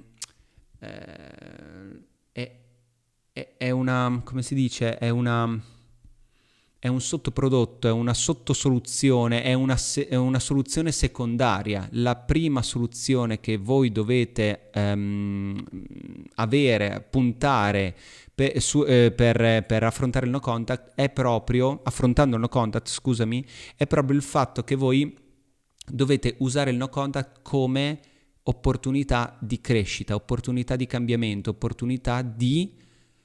è, è, è una... come si dice? È una... È un sottoprodotto, è una sottosoluzione, è una, se- è una soluzione secondaria. La prima soluzione che voi dovete ehm, avere, puntare per, su, eh, per, per affrontare il no contact è proprio, affrontando il no contact, scusami, è proprio il fatto che voi dovete usare il no contact come opportunità di crescita, opportunità di cambiamento, opportunità di...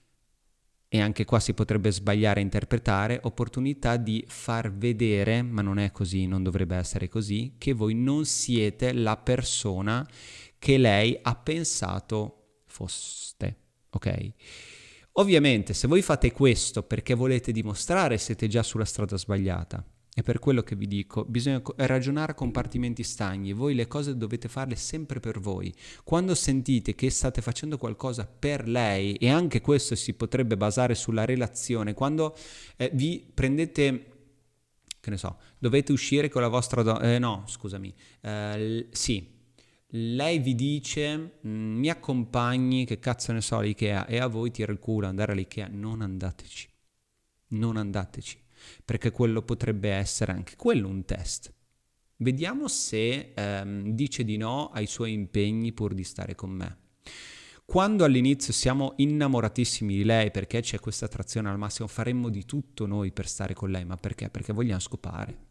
e anche qua si potrebbe sbagliare a interpretare, opportunità di far vedere, ma non è così, non dovrebbe essere così, che voi non siete la persona che lei ha pensato foste, ok? Ovviamente se voi fate questo perché volete dimostrare siete già sulla strada sbagliata. È per quello che vi dico, bisogna ragionare a compartimenti stagni, voi le cose dovete farle sempre per voi. Quando sentite che state facendo qualcosa per lei, e anche questo si potrebbe basare sulla relazione, quando eh, vi prendete, che ne so, dovete uscire con la vostra donna, eh, no, scusami, eh, sì, lei vi dice mi accompagni, che cazzo ne so, all'Ikea, e a voi tira il culo andare all'Ikea, non andateci, non andateci. Perché quello potrebbe essere anche quello un test. Vediamo se ehm, dice di no ai suoi impegni pur di stare con me. Quando all'inizio siamo innamoratissimi di lei perché c'è questa attrazione al massimo, faremmo di tutto noi per stare con lei, ma perché? Perché vogliamo scopare.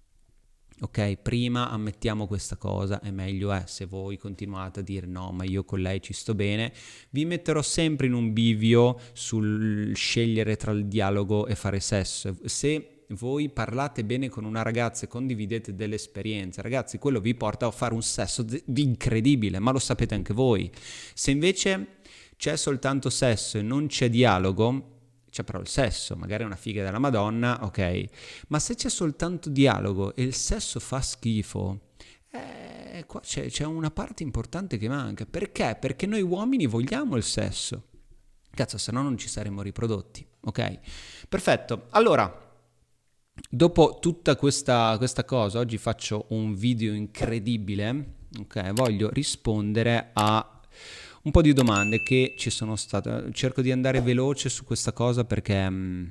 Ok, prima ammettiamo questa cosa, è meglio è se voi continuate a dire no, ma io con lei ci sto bene, vi metterò sempre in un bivio sul scegliere tra il dialogo e fare sesso. Se voi parlate bene con una ragazza e condividete delle esperienze, ragazzi, quello vi porta a fare un sesso di incredibile, ma lo sapete anche voi. Se invece c'è soltanto sesso e non c'è dialogo, c'è però il sesso, magari è una figa della Madonna, ok, ma se c'è soltanto dialogo e il sesso fa schifo, eh, qua c'è, c'è una parte importante che manca. Perché? Perché noi uomini vogliamo il sesso. Cazzo, se no non ci saremmo riprodotti, ok? Perfetto, allora... Dopo tutta questa, questa cosa, oggi faccio un video incredibile, ok? Voglio rispondere a un po' di domande che ci sono state. Cerco di andare veloce su questa cosa perché...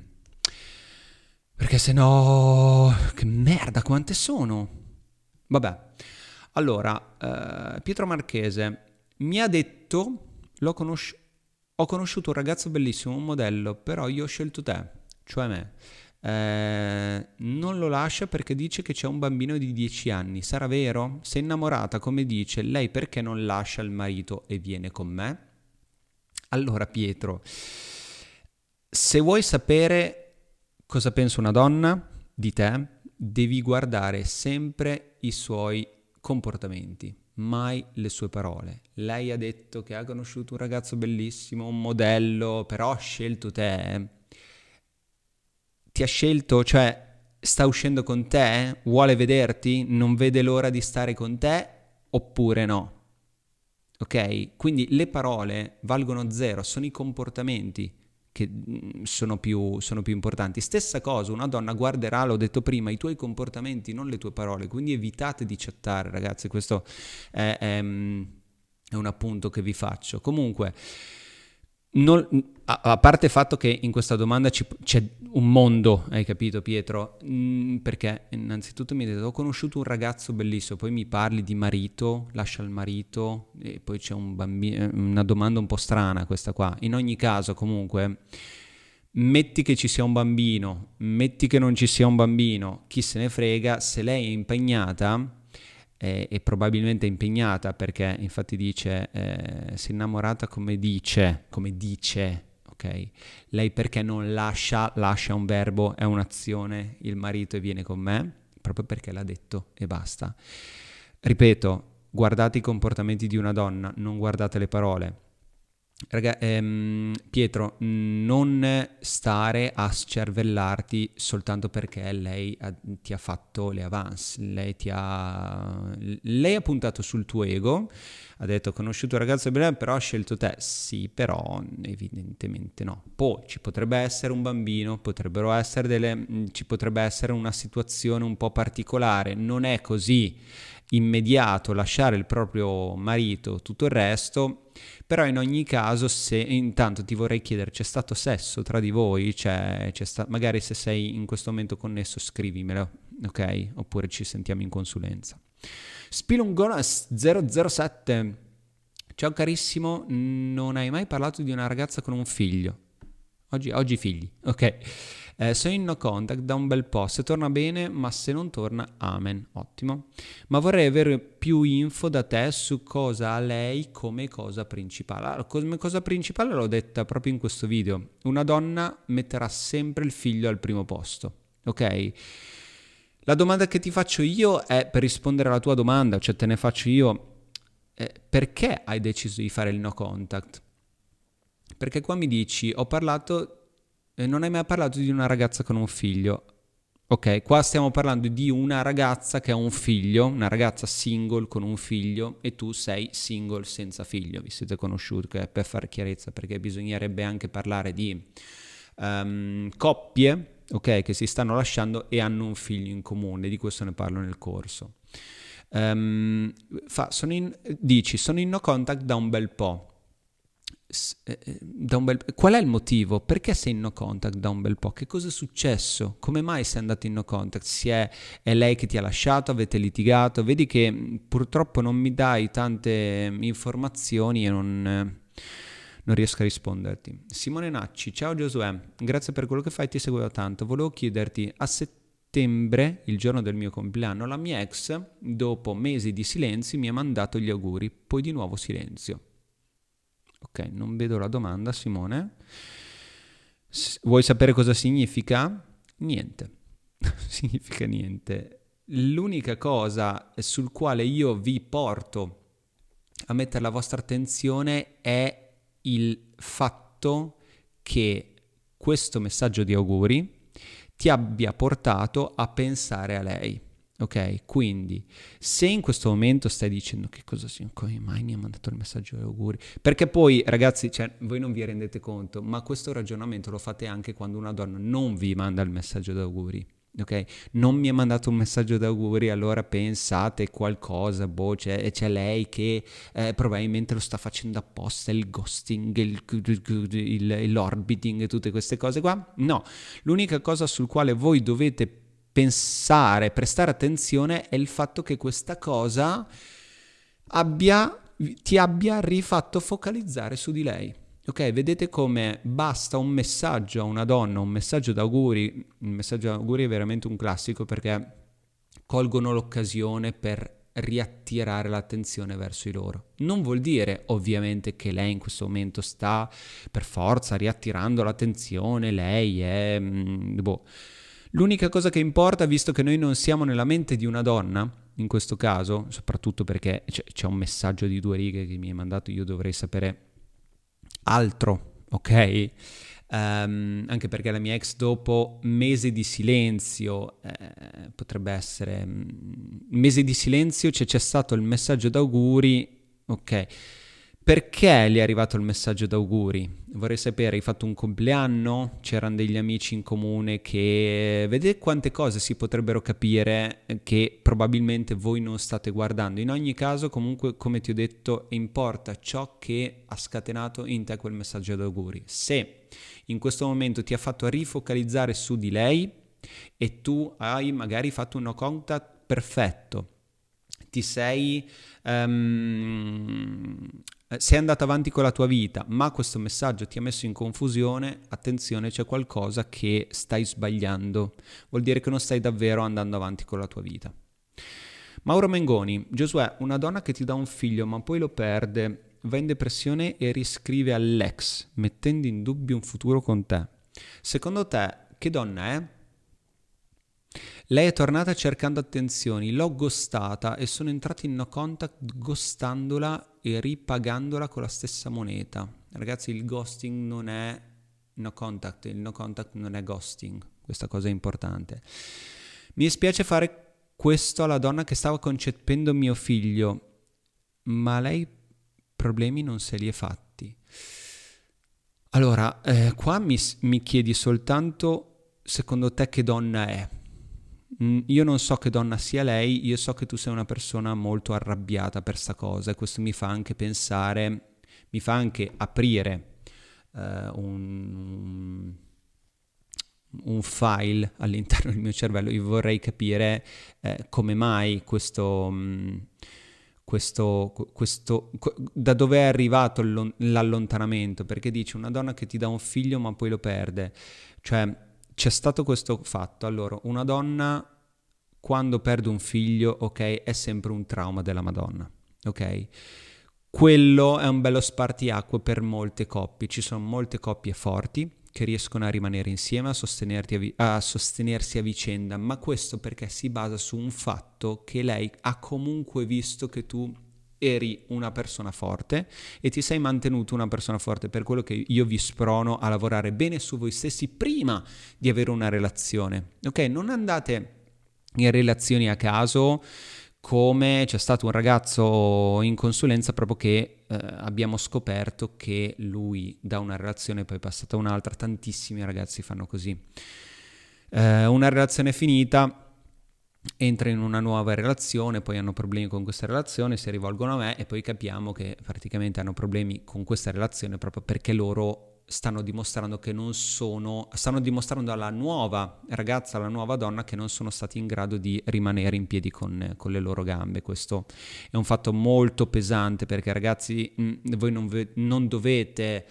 Perché se no... Che merda, quante sono? Vabbè. Allora, eh, Pietro Marchese mi ha detto... L'ho conosci- ho conosciuto un ragazzo bellissimo, un modello, però io ho scelto te, cioè me. Eh, non lo lascia perché dice che c'è un bambino di dieci anni. Sarà vero? Sei innamorata, come dice, lei perché non lascia il marito e viene con me? Allora Pietro, se vuoi sapere cosa pensa una donna di te, devi guardare sempre i suoi comportamenti, mai le sue parole. Lei ha detto che ha conosciuto un ragazzo bellissimo, un modello, però ha scelto te. Ti ha scelto, cioè, sta uscendo con te? Vuole vederti? Non vede l'ora di stare con te? Oppure no? Ok? Quindi le parole valgono zero, sono i comportamenti che sono più, sono più importanti. Stessa cosa, una donna guarderà, l'ho detto prima, i tuoi comportamenti, non le tue parole, quindi evitate di chattare, ragazzi, questo è, è, è un appunto che vi faccio. Comunque, non, a, a parte il fatto che in questa domanda ci, c'è un mondo, hai capito Pietro? Mm, perché innanzitutto mi hai detto ho conosciuto un ragazzo bellissimo, poi mi parli di marito, lascia il marito e poi c'è un bambino, una domanda un po' strana questa qua. In ogni caso comunque metti che ci sia un bambino, metti che non ci sia un bambino, chi se ne frega, se lei è impegnata eh, e probabilmente è impegnata perché infatti dice eh, si è innamorata come dice, come dice, ok? Lei perché non lascia, lascia un verbo, è un'azione, il marito e viene con me, proprio perché l'ha detto e basta. Ripeto, guardate i comportamenti di una donna, non guardate le parole. Raga, ehm, Pietro, non stare a scervellarti soltanto perché lei ha, ti ha fatto le avance, lei ti ha, lei ha puntato sul tuo ego, ha detto ho conosciuto un ragazzo bene, però ha scelto te, sì, però evidentemente no. Poi ci potrebbe essere un bambino, potrebbero essere delle, ci potrebbe essere una situazione un po' particolare, non è così immediato lasciare il proprio marito, tutto il resto. Però in ogni caso, se intanto ti vorrei chiedere, c'è stato sesso tra di voi? C'è, c'è sta, magari se sei in questo momento connesso scrivimelo, ok? Oppure ci sentiamo in consulenza. Spilungonas zero zero sette, ciao carissimo, non hai mai parlato di una ragazza con un figlio? Oggi, oggi figli, ok. Eh, sono in no contact da un bel po', se torna bene, ma se non torna, amen, ottimo. Ma vorrei avere più info da te su cosa ha lei come cosa principale. Allora, come cosa principale l'ho detta proprio in questo video. Una donna metterà sempre il figlio al primo posto, ok? La domanda che ti faccio io è, per rispondere alla tua domanda, cioè te ne faccio io, eh, perché hai deciso di fare il no contact? Perché qua mi dici, ho parlato, eh, non hai mai parlato di una ragazza con un figlio. Ok, qua stiamo parlando di una ragazza che ha un figlio, una ragazza single con un figlio e tu sei single senza figlio, vi siete conosciuti, che è per fare chiarezza, perché bisognerebbe anche parlare di um, coppie, ok, che si stanno lasciando e hanno un figlio in comune, di questo ne parlo nel corso. Um, fa, sono in, dici, sono in no contact da un bel po'. Da un bel... Qual è il motivo? Perché sei in no contact da un bel po'? Che cosa è successo? Come mai sei andato in no contact? Si è... è lei che ti ha lasciato? Avete litigato? Vedi che purtroppo non mi dai tante informazioni e non, non riesco a risponderti. Simone Nacci, ciao Giosuè, grazie per quello che fai, ti seguo da tanto. Volevo chiederti, a settembre, il giorno del mio compleanno, la mia ex, dopo mesi di silenzio, mi ha mandato gli auguri, poi di nuovo silenzio. Ok, non vedo la domanda, Simone. S- vuoi sapere cosa significa? Niente. Significa niente. L'unica cosa sul quale io vi porto a mettere la vostra attenzione è il fatto che questo messaggio di auguri ti abbia portato a pensare a lei. Ok, quindi se in questo momento stai dicendo che cosa si, come mai mi ha mandato il messaggio di auguri, perché poi ragazzi, cioè, voi non vi rendete conto, ma questo ragionamento lo fate anche quando una donna non vi manda il messaggio di auguri. Ok, non mi ha mandato un messaggio d'auguri, allora pensate qualcosa, boh, c'è, c'è lei che eh, probabilmente lo sta facendo apposta, il ghosting, il, il, l'orbiting, tutte queste cose qua. No, l'unica cosa sul quale voi dovete pensare, prestare attenzione è il fatto che questa cosa abbia, ti abbia rifatto focalizzare su di lei. Ok, vedete come basta un messaggio a una donna, un messaggio d'auguri, un messaggio d'auguri è veramente un classico perché colgono l'occasione per riattirare l'attenzione verso di loro. Non vuol dire ovviamente che lei in questo momento sta per forza riattirando l'attenzione, lei è... boh. L'unica cosa che importa, visto che noi non siamo nella mente di una donna, in questo caso, soprattutto perché c'è, c'è un messaggio di due righe che mi hai mandato, io dovrei sapere altro, ok? Um, anche perché la mia ex, dopo mese di silenzio, eh, potrebbe essere um, mese di silenzio, c'è, c'è stato il messaggio d'auguri, ok. Perché gli è arrivato il messaggio d'auguri? Vorrei sapere, hai fatto un compleanno? C'erano degli amici in comune che... Vedete quante cose si potrebbero capire che probabilmente voi non state guardando. In ogni caso, comunque, come ti ho detto, importa ciò che ha scatenato in te quel messaggio d'auguri. Se in questo momento ti ha fatto rifocalizzare su di lei e tu hai magari fatto un no contact perfetto, ti sei, um, sei andato avanti con la tua vita, ma questo messaggio ti ha messo in confusione, attenzione, c'è qualcosa che stai sbagliando, vuol dire che non stai davvero andando avanti con la tua vita. Mauro Mengoni: Giosuè, una donna che ti dà un figlio ma poi lo perde, va in depressione e riscrive all'ex, mettendo in dubbio un futuro con te. Secondo te, che donna è? Lei è tornata cercando attenzioni, l'ho ghostata e sono entrato in no contact ghostandola e ripagandola con la stessa moneta. Ragazzi, il ghosting non è no contact, il no contact non è ghosting, questa cosa è importante. Mi dispiace fare questo alla donna che stava concependo mio figlio, ma lei problemi non se li è fatti. Allora, eh, qua mi, mi chiedi soltanto, secondo te, che donna è? Io non so che donna sia lei, io so che tu sei una persona molto arrabbiata per sta cosa e questo mi fa anche pensare, mi fa anche aprire uh, un, un file all'interno del mio cervello. Io vorrei capire eh, come mai questo, mh, questo, questo, da dove è arrivato l'allontanamento, perché dice una donna che ti dà un figlio ma poi lo perde, cioè c'è stato questo fatto. Allora, una donna quando perde un figlio, ok, è sempre un trauma della Madonna, ok? Quello è un bello spartiacque per molte coppie. Ci sono molte coppie forti che riescono a rimanere insieme, a, sostenerti a, vi- a sostenersi a vicenda, ma questo perché si basa su un fatto che lei ha comunque visto che tu eri una persona forte e ti sei mantenuto una persona forte, per quello che io vi sprono a lavorare bene su voi stessi prima di avere una relazione, ok? Non andate in relazioni a caso, come c'è stato un ragazzo in consulenza proprio che eh, abbiamo scoperto che lui da una relazione poi è passato a un'altra. Tantissimi ragazzi fanno così, eh, una relazione finita, entra in una nuova relazione, poi hanno problemi con questa relazione, si rivolgono a me e poi capiamo che praticamente hanno problemi con questa relazione proprio perché loro stanno dimostrando che non sono, stanno dimostrando alla nuova ragazza, alla nuova donna che non sono stati in grado di rimanere in piedi con, con le loro gambe. Questo è un fatto molto pesante perché ragazzi, mh, voi non, ve- non dovete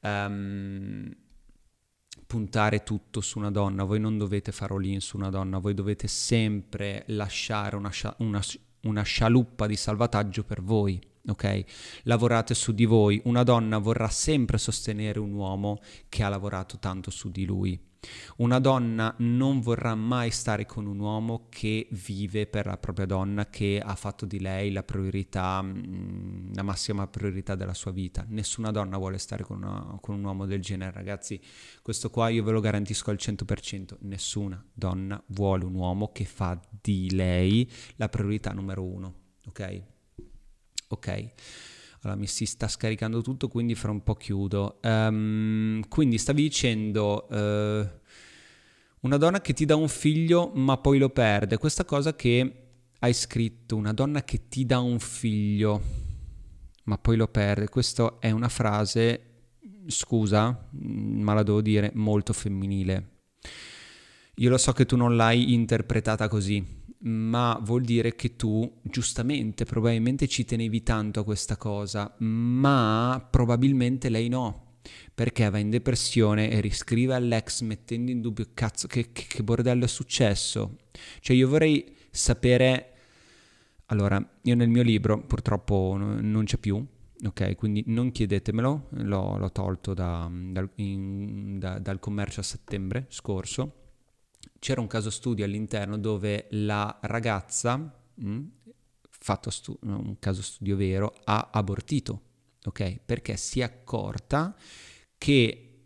um, puntare tutto su una donna, voi non dovete fare all-in su una donna, voi dovete sempre lasciare una, scia- una, una scialuppa di salvataggio per voi, ok? Lavorate su di voi, una donna vorrà sempre sostenere un uomo che ha lavorato tanto su di lui. Una donna non vorrà mai stare con un uomo che vive per la propria donna, che ha fatto di lei la priorità, la massima priorità della sua vita. Nessuna donna vuole stare con, una, con un uomo del genere, ragazzi. Questo qua io ve lo garantisco al cento per cento. Nessuna donna vuole un uomo che fa di lei la priorità numero uno, ok? Ok. Allora, mi si sta scaricando tutto, quindi fra un po' chiudo. Um, quindi stavi dicendo uh, una donna che ti dà un figlio ma poi lo perde. Questa cosa che hai scritto, una donna che ti dà un figlio ma poi lo perde, questa è una frase, scusa, ma la devo dire, molto femminile. Io lo so che tu non l'hai interpretata così, ma vuol dire che tu, giustamente, probabilmente ci tenevi tanto a questa cosa, ma probabilmente lei no, perché va in depressione e riscrive all'ex mettendo in dubbio, cazzo, che, che, che bordello è successo? Cioè io vorrei sapere, allora, io nel mio libro purtroppo non c'è più, ok, quindi non chiedetemelo, l'ho, l'ho tolto da, dal, in, da, dal commercio a settembre scorso. C'era un caso studio all'interno dove la ragazza, mh, fatto stu- un caso studio vero, ha abortito, ok? Perché si è accorta che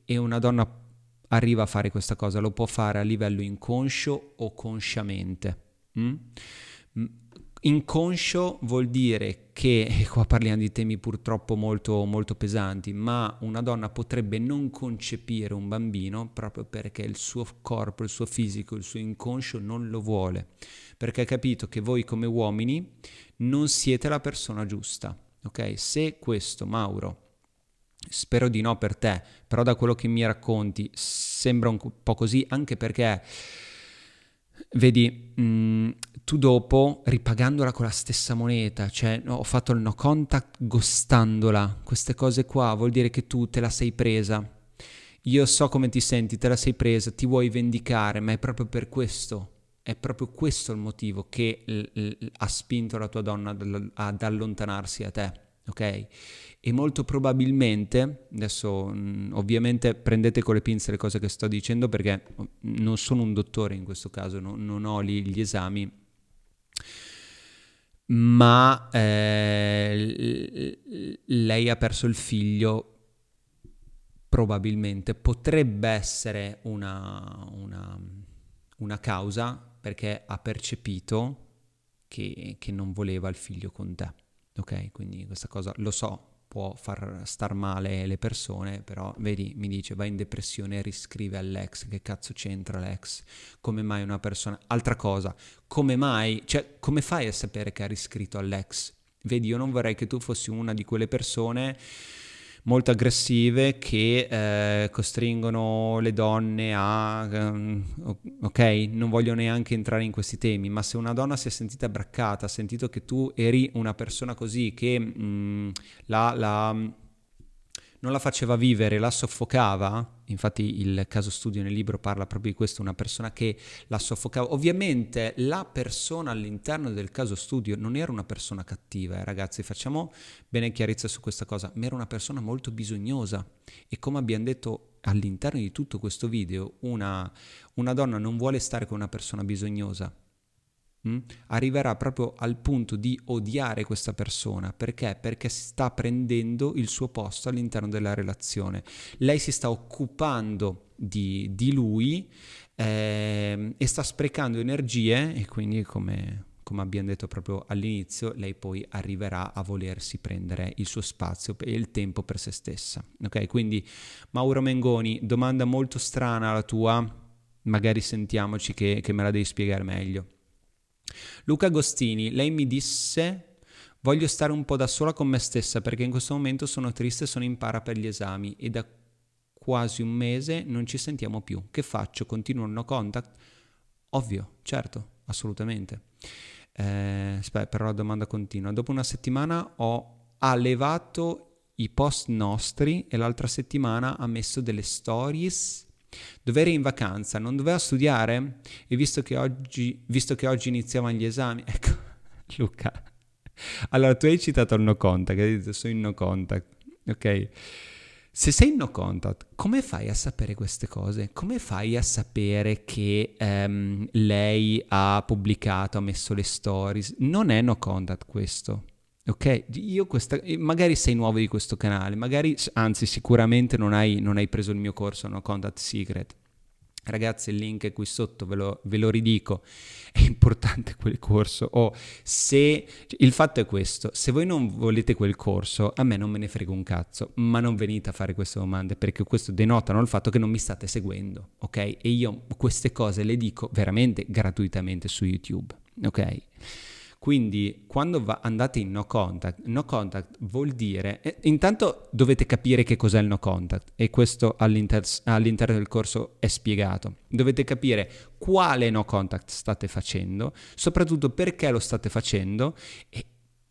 e una donna arriva a fare questa cosa, lo può fare a livello inconscio o consciamente. Mm? Inconscio vuol dire che, e qua parliamo di temi purtroppo molto, molto pesanti, ma una donna potrebbe non concepire un bambino proprio perché il suo corpo, il suo fisico, il suo inconscio non lo vuole, perché ha capito che voi come uomini non siete la persona giusta, ok? Se questo, Mauro, spero di no per te, però da quello che mi racconti sembra un po' così, anche perché vedi, mh, tu dopo ripagandola con la stessa moneta, cioè no, ho fatto il no contact ghostandola, queste cose qua vuol dire che tu te la sei presa, io so come ti senti, te la sei presa, ti vuoi vendicare, ma è proprio per questo, è proprio questo il motivo che l- l- ha spinto la tua donna ad, ad allontanarsi da te, ok? E molto probabilmente, adesso mh, ovviamente prendete con le pinze le cose che sto dicendo perché non sono un dottore in questo caso, no, non ho lì gli esami, ma eh, lei ha perso il figlio, probabilmente potrebbe essere una, una, una causa perché ha percepito che, che non voleva il figlio con te. Ok, quindi questa cosa lo so, può far star male le persone, però vedi, mi dice va in depressione e riscrive all'ex, che cazzo c'entra l'ex? Come mai una persona... Altra cosa, come mai, cioè come fai a sapere che ha riscritto all'ex? Vedi, io non vorrei che tu fossi una di quelle persone molto aggressive che eh, costringono le donne a... um, ok, non voglio neanche entrare in questi temi, ma se una donna si è sentita braccata, ha sentito che tu eri una persona così, che mh, la... la non la faceva vivere, la soffocava, infatti il caso studio nel libro parla proprio di questo, una persona che la soffocava. Ovviamente la persona all'interno del caso studio non era una persona cattiva, eh, ragazzi, facciamo bene chiarezza su questa cosa, ma era una persona molto bisognosa e come abbiamo detto all'interno di tutto questo video, una, una donna non vuole stare con una persona bisognosa. Mm? Arriverà proprio al punto di odiare questa persona. Perché? Perché sta prendendo il suo posto all'interno della relazione. Lei si sta occupando di, di lui eh, e sta sprecando energie e quindi come, come abbiamo detto proprio all'inizio, lei poi arriverà a volersi prendere il suo spazio e il tempo per se stessa. Ok? Quindi Mauro Mengoni, domanda molto strana la tua, magari sentiamoci che, che me la devi spiegare meglio. Luca Agostini, lei mi disse voglio stare un po' da sola con me stessa perché in questo momento sono triste e sono in para per gli esami e da quasi un mese non ci sentiamo più. Che faccio? Continuo il no contact? Ovvio, certo, assolutamente. Eh, aspetta, però la domanda continua. Dopo una settimana ho ha levato i post nostri e l'altra settimana ha messo delle stories dove eri in vacanza, non doveva studiare? E visto che oggi, visto che oggi iniziavano gli esami, ecco, Luca, allora tu hai citato il no contact, hai detto sono in no contact, ok? Se sei in no contact, come fai a sapere queste cose? Come fai a sapere che ehm, lei ha pubblicato, ha messo le stories? Non è no contact questo. Ok, io questa, magari sei nuovo di questo canale, magari, anzi sicuramente non hai, non hai preso il mio corso No Contact Secret. Ragazzi, il link è qui sotto, ve lo, ve lo ridico, è importante quel corso. O se, il fatto è questo, se voi non volete quel corso, a me non me ne frega un cazzo, ma non venite a fare queste domande, perché questo denotano il fatto che non mi state seguendo, ok? E io queste cose le dico veramente gratuitamente su YouTube, ok? Quindi quando va, andate in no contact, no contact vuol dire, eh, intanto dovete capire che cos'è il no contact e questo all'inter, all'interno del corso è spiegato. Dovete capire quale no contact state facendo, soprattutto perché lo state facendo e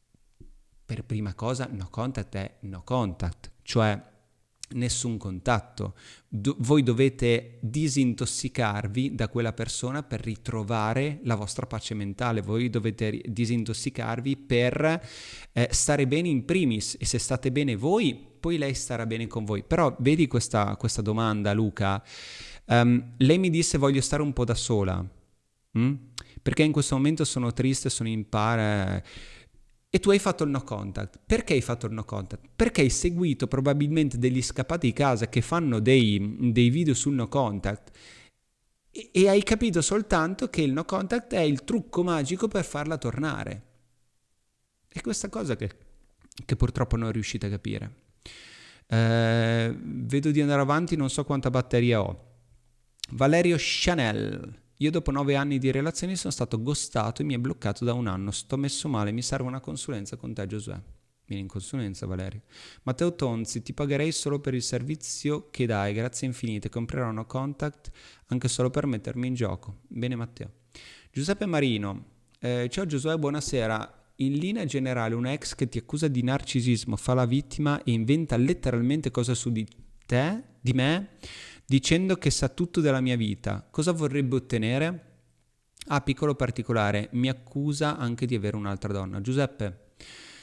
per prima cosa no contact è no contact, cioè nessun contatto. Do- voi dovete disintossicarvi da quella persona per ritrovare la vostra pace mentale, voi dovete ri- disintossicarvi per eh, stare bene in primis e se state bene voi, poi lei starà bene con voi. Però vedi questa, questa domanda, Luca, um, lei mi disse voglio stare un po' da sola, mm? Perché in questo momento sono triste, sono in para. e tu hai fatto il no contact. Perché hai fatto il no contact? Perché hai seguito probabilmente degli scappati di casa che fanno dei, dei video sul no contact e, e hai capito soltanto che il no contact è il trucco magico per farla tornare. È questa cosa che, che purtroppo non riuscite a capire. Eh, vedo di andare avanti, non so quanta batteria ho. Valerio Chanel. Io dopo nove anni di relazioni sono stato ghostato e mi è bloccato da un anno. Sto messo male, mi serve una consulenza con te, Giosuè. Vieni in consulenza, Valerio. Matteo Tonzi, ti pagherei solo per il servizio che dai, grazie infinite. Comprerò no contact anche solo per mettermi in gioco. Bene, Matteo. Giuseppe Marino. Eh, ciao Giosuè, buonasera. In linea generale, un ex che ti accusa di narcisismo fa la vittima e inventa letteralmente cose su di te, di me, dicendo che sa tutto della mia vita. Cosa vorrebbe ottenere? Ah, piccolo particolare, mi accusa anche di avere un'altra donna. Giuseppe,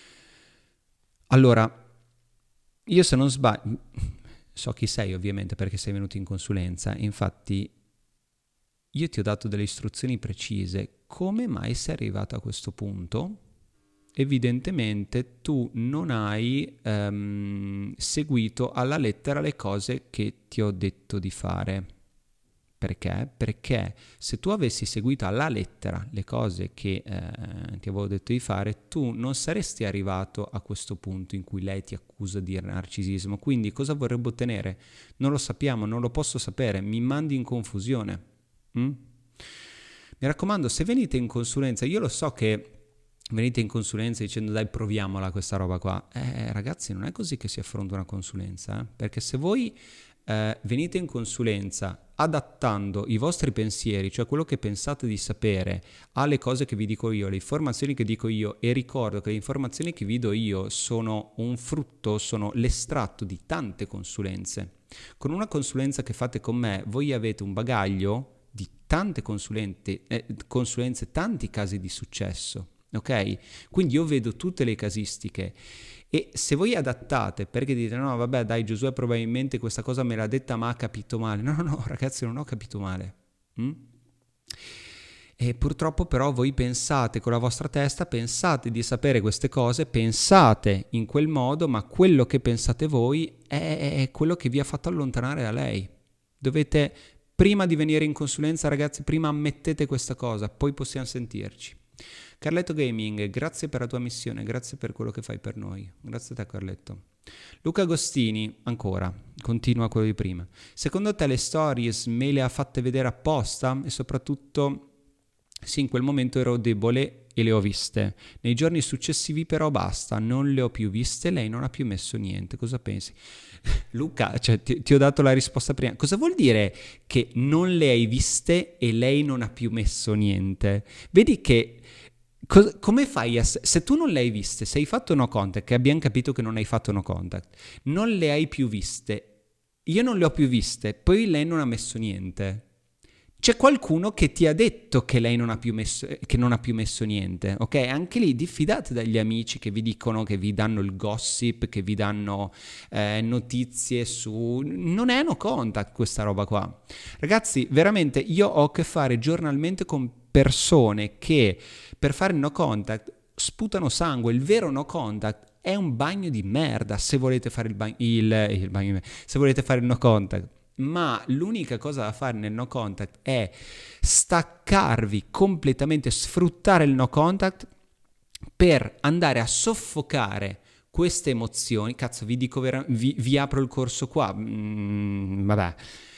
allora, io se non sbaglio, so chi sei ovviamente perché sei venuto in consulenza, infatti io ti ho dato delle istruzioni precise. Come mai sei arrivato a questo punto? Evidentemente tu non hai um, seguito alla lettera le cose che ti ho detto di fare. Perché? Perché se tu avessi seguito alla lettera le cose che eh, ti avevo detto di fare, tu non saresti arrivato a questo punto in cui lei ti accusa di narcisismo. Quindi cosa vorrebbe ottenere? Non lo sappiamo, non lo posso sapere, mi mandi in confusione. Mm? Mi raccomando, se venite in consulenza, io lo so che venite in consulenza dicendo dai proviamola questa roba qua, eh ragazzi non è così che si affronta una consulenza, eh? Perché se voi eh, venite in consulenza adattando i vostri pensieri, cioè quello che pensate di sapere alle cose che vi dico io, le informazioni che dico io, e ricordo che le informazioni che vi do io sono un frutto, sono l'estratto di tante consulenze. Con una consulenza che fate con me voi avete un bagaglio di tante consulente, eh, consulenze, tanti casi di successo. Ok? Quindi io vedo tutte le casistiche e se voi adattate perché dite no vabbè dai Giosuè probabilmente questa cosa me l'ha detta ma ha capito male, no no no ragazzi non ho capito male. Mm? E purtroppo però voi pensate con la vostra testa, pensate di sapere queste cose, pensate in quel modo, ma quello che pensate voi è quello che vi ha fatto allontanare da lei. Dovete, prima di venire in consulenza ragazzi, prima ammettete questa cosa, poi possiamo sentirci. Carletto Gaming, grazie per la tua missione, grazie per quello che fai per noi. Grazie a te Carletto. Luca Agostini, ancora, continua quello di prima. Secondo te le stories me le ha fatte vedere apposta? E soprattutto, sì, in quel momento ero debole e le ho viste. Nei giorni successivi però basta, non le ho più viste, lei non ha più messo niente. Cosa pensi? Luca, cioè, ti, ti ho dato la risposta prima. Cosa vuol dire che non le hai viste e lei non ha più messo niente? Vedi che Co- come fai a... Se tu non le hai viste, se hai fatto no contact, che abbiamo capito che non hai fatto no contact, non le hai più viste, io non le ho più viste, poi lei non ha messo niente. C'è qualcuno che ti ha detto che lei non ha più messo, che non ha più messo niente, ok? Anche lì diffidate dagli amici che vi dicono, che vi danno il gossip, che vi danno eh, notizie su... Non è no contact questa roba qua. Ragazzi, veramente io ho a che fare giornalmente con persone che per fare no contact sputano sangue. Il vero no contact è un bagno di merda se volete fare il bagno, il, il bagno se volete fare il no contact. Ma l'unica cosa da fare nel no contact è staccarvi completamente, sfruttare il no contact per andare a soffocare queste emozioni. Cazzo, vi dico vera- vi, vi apro il corso qua. Mm, vabbè.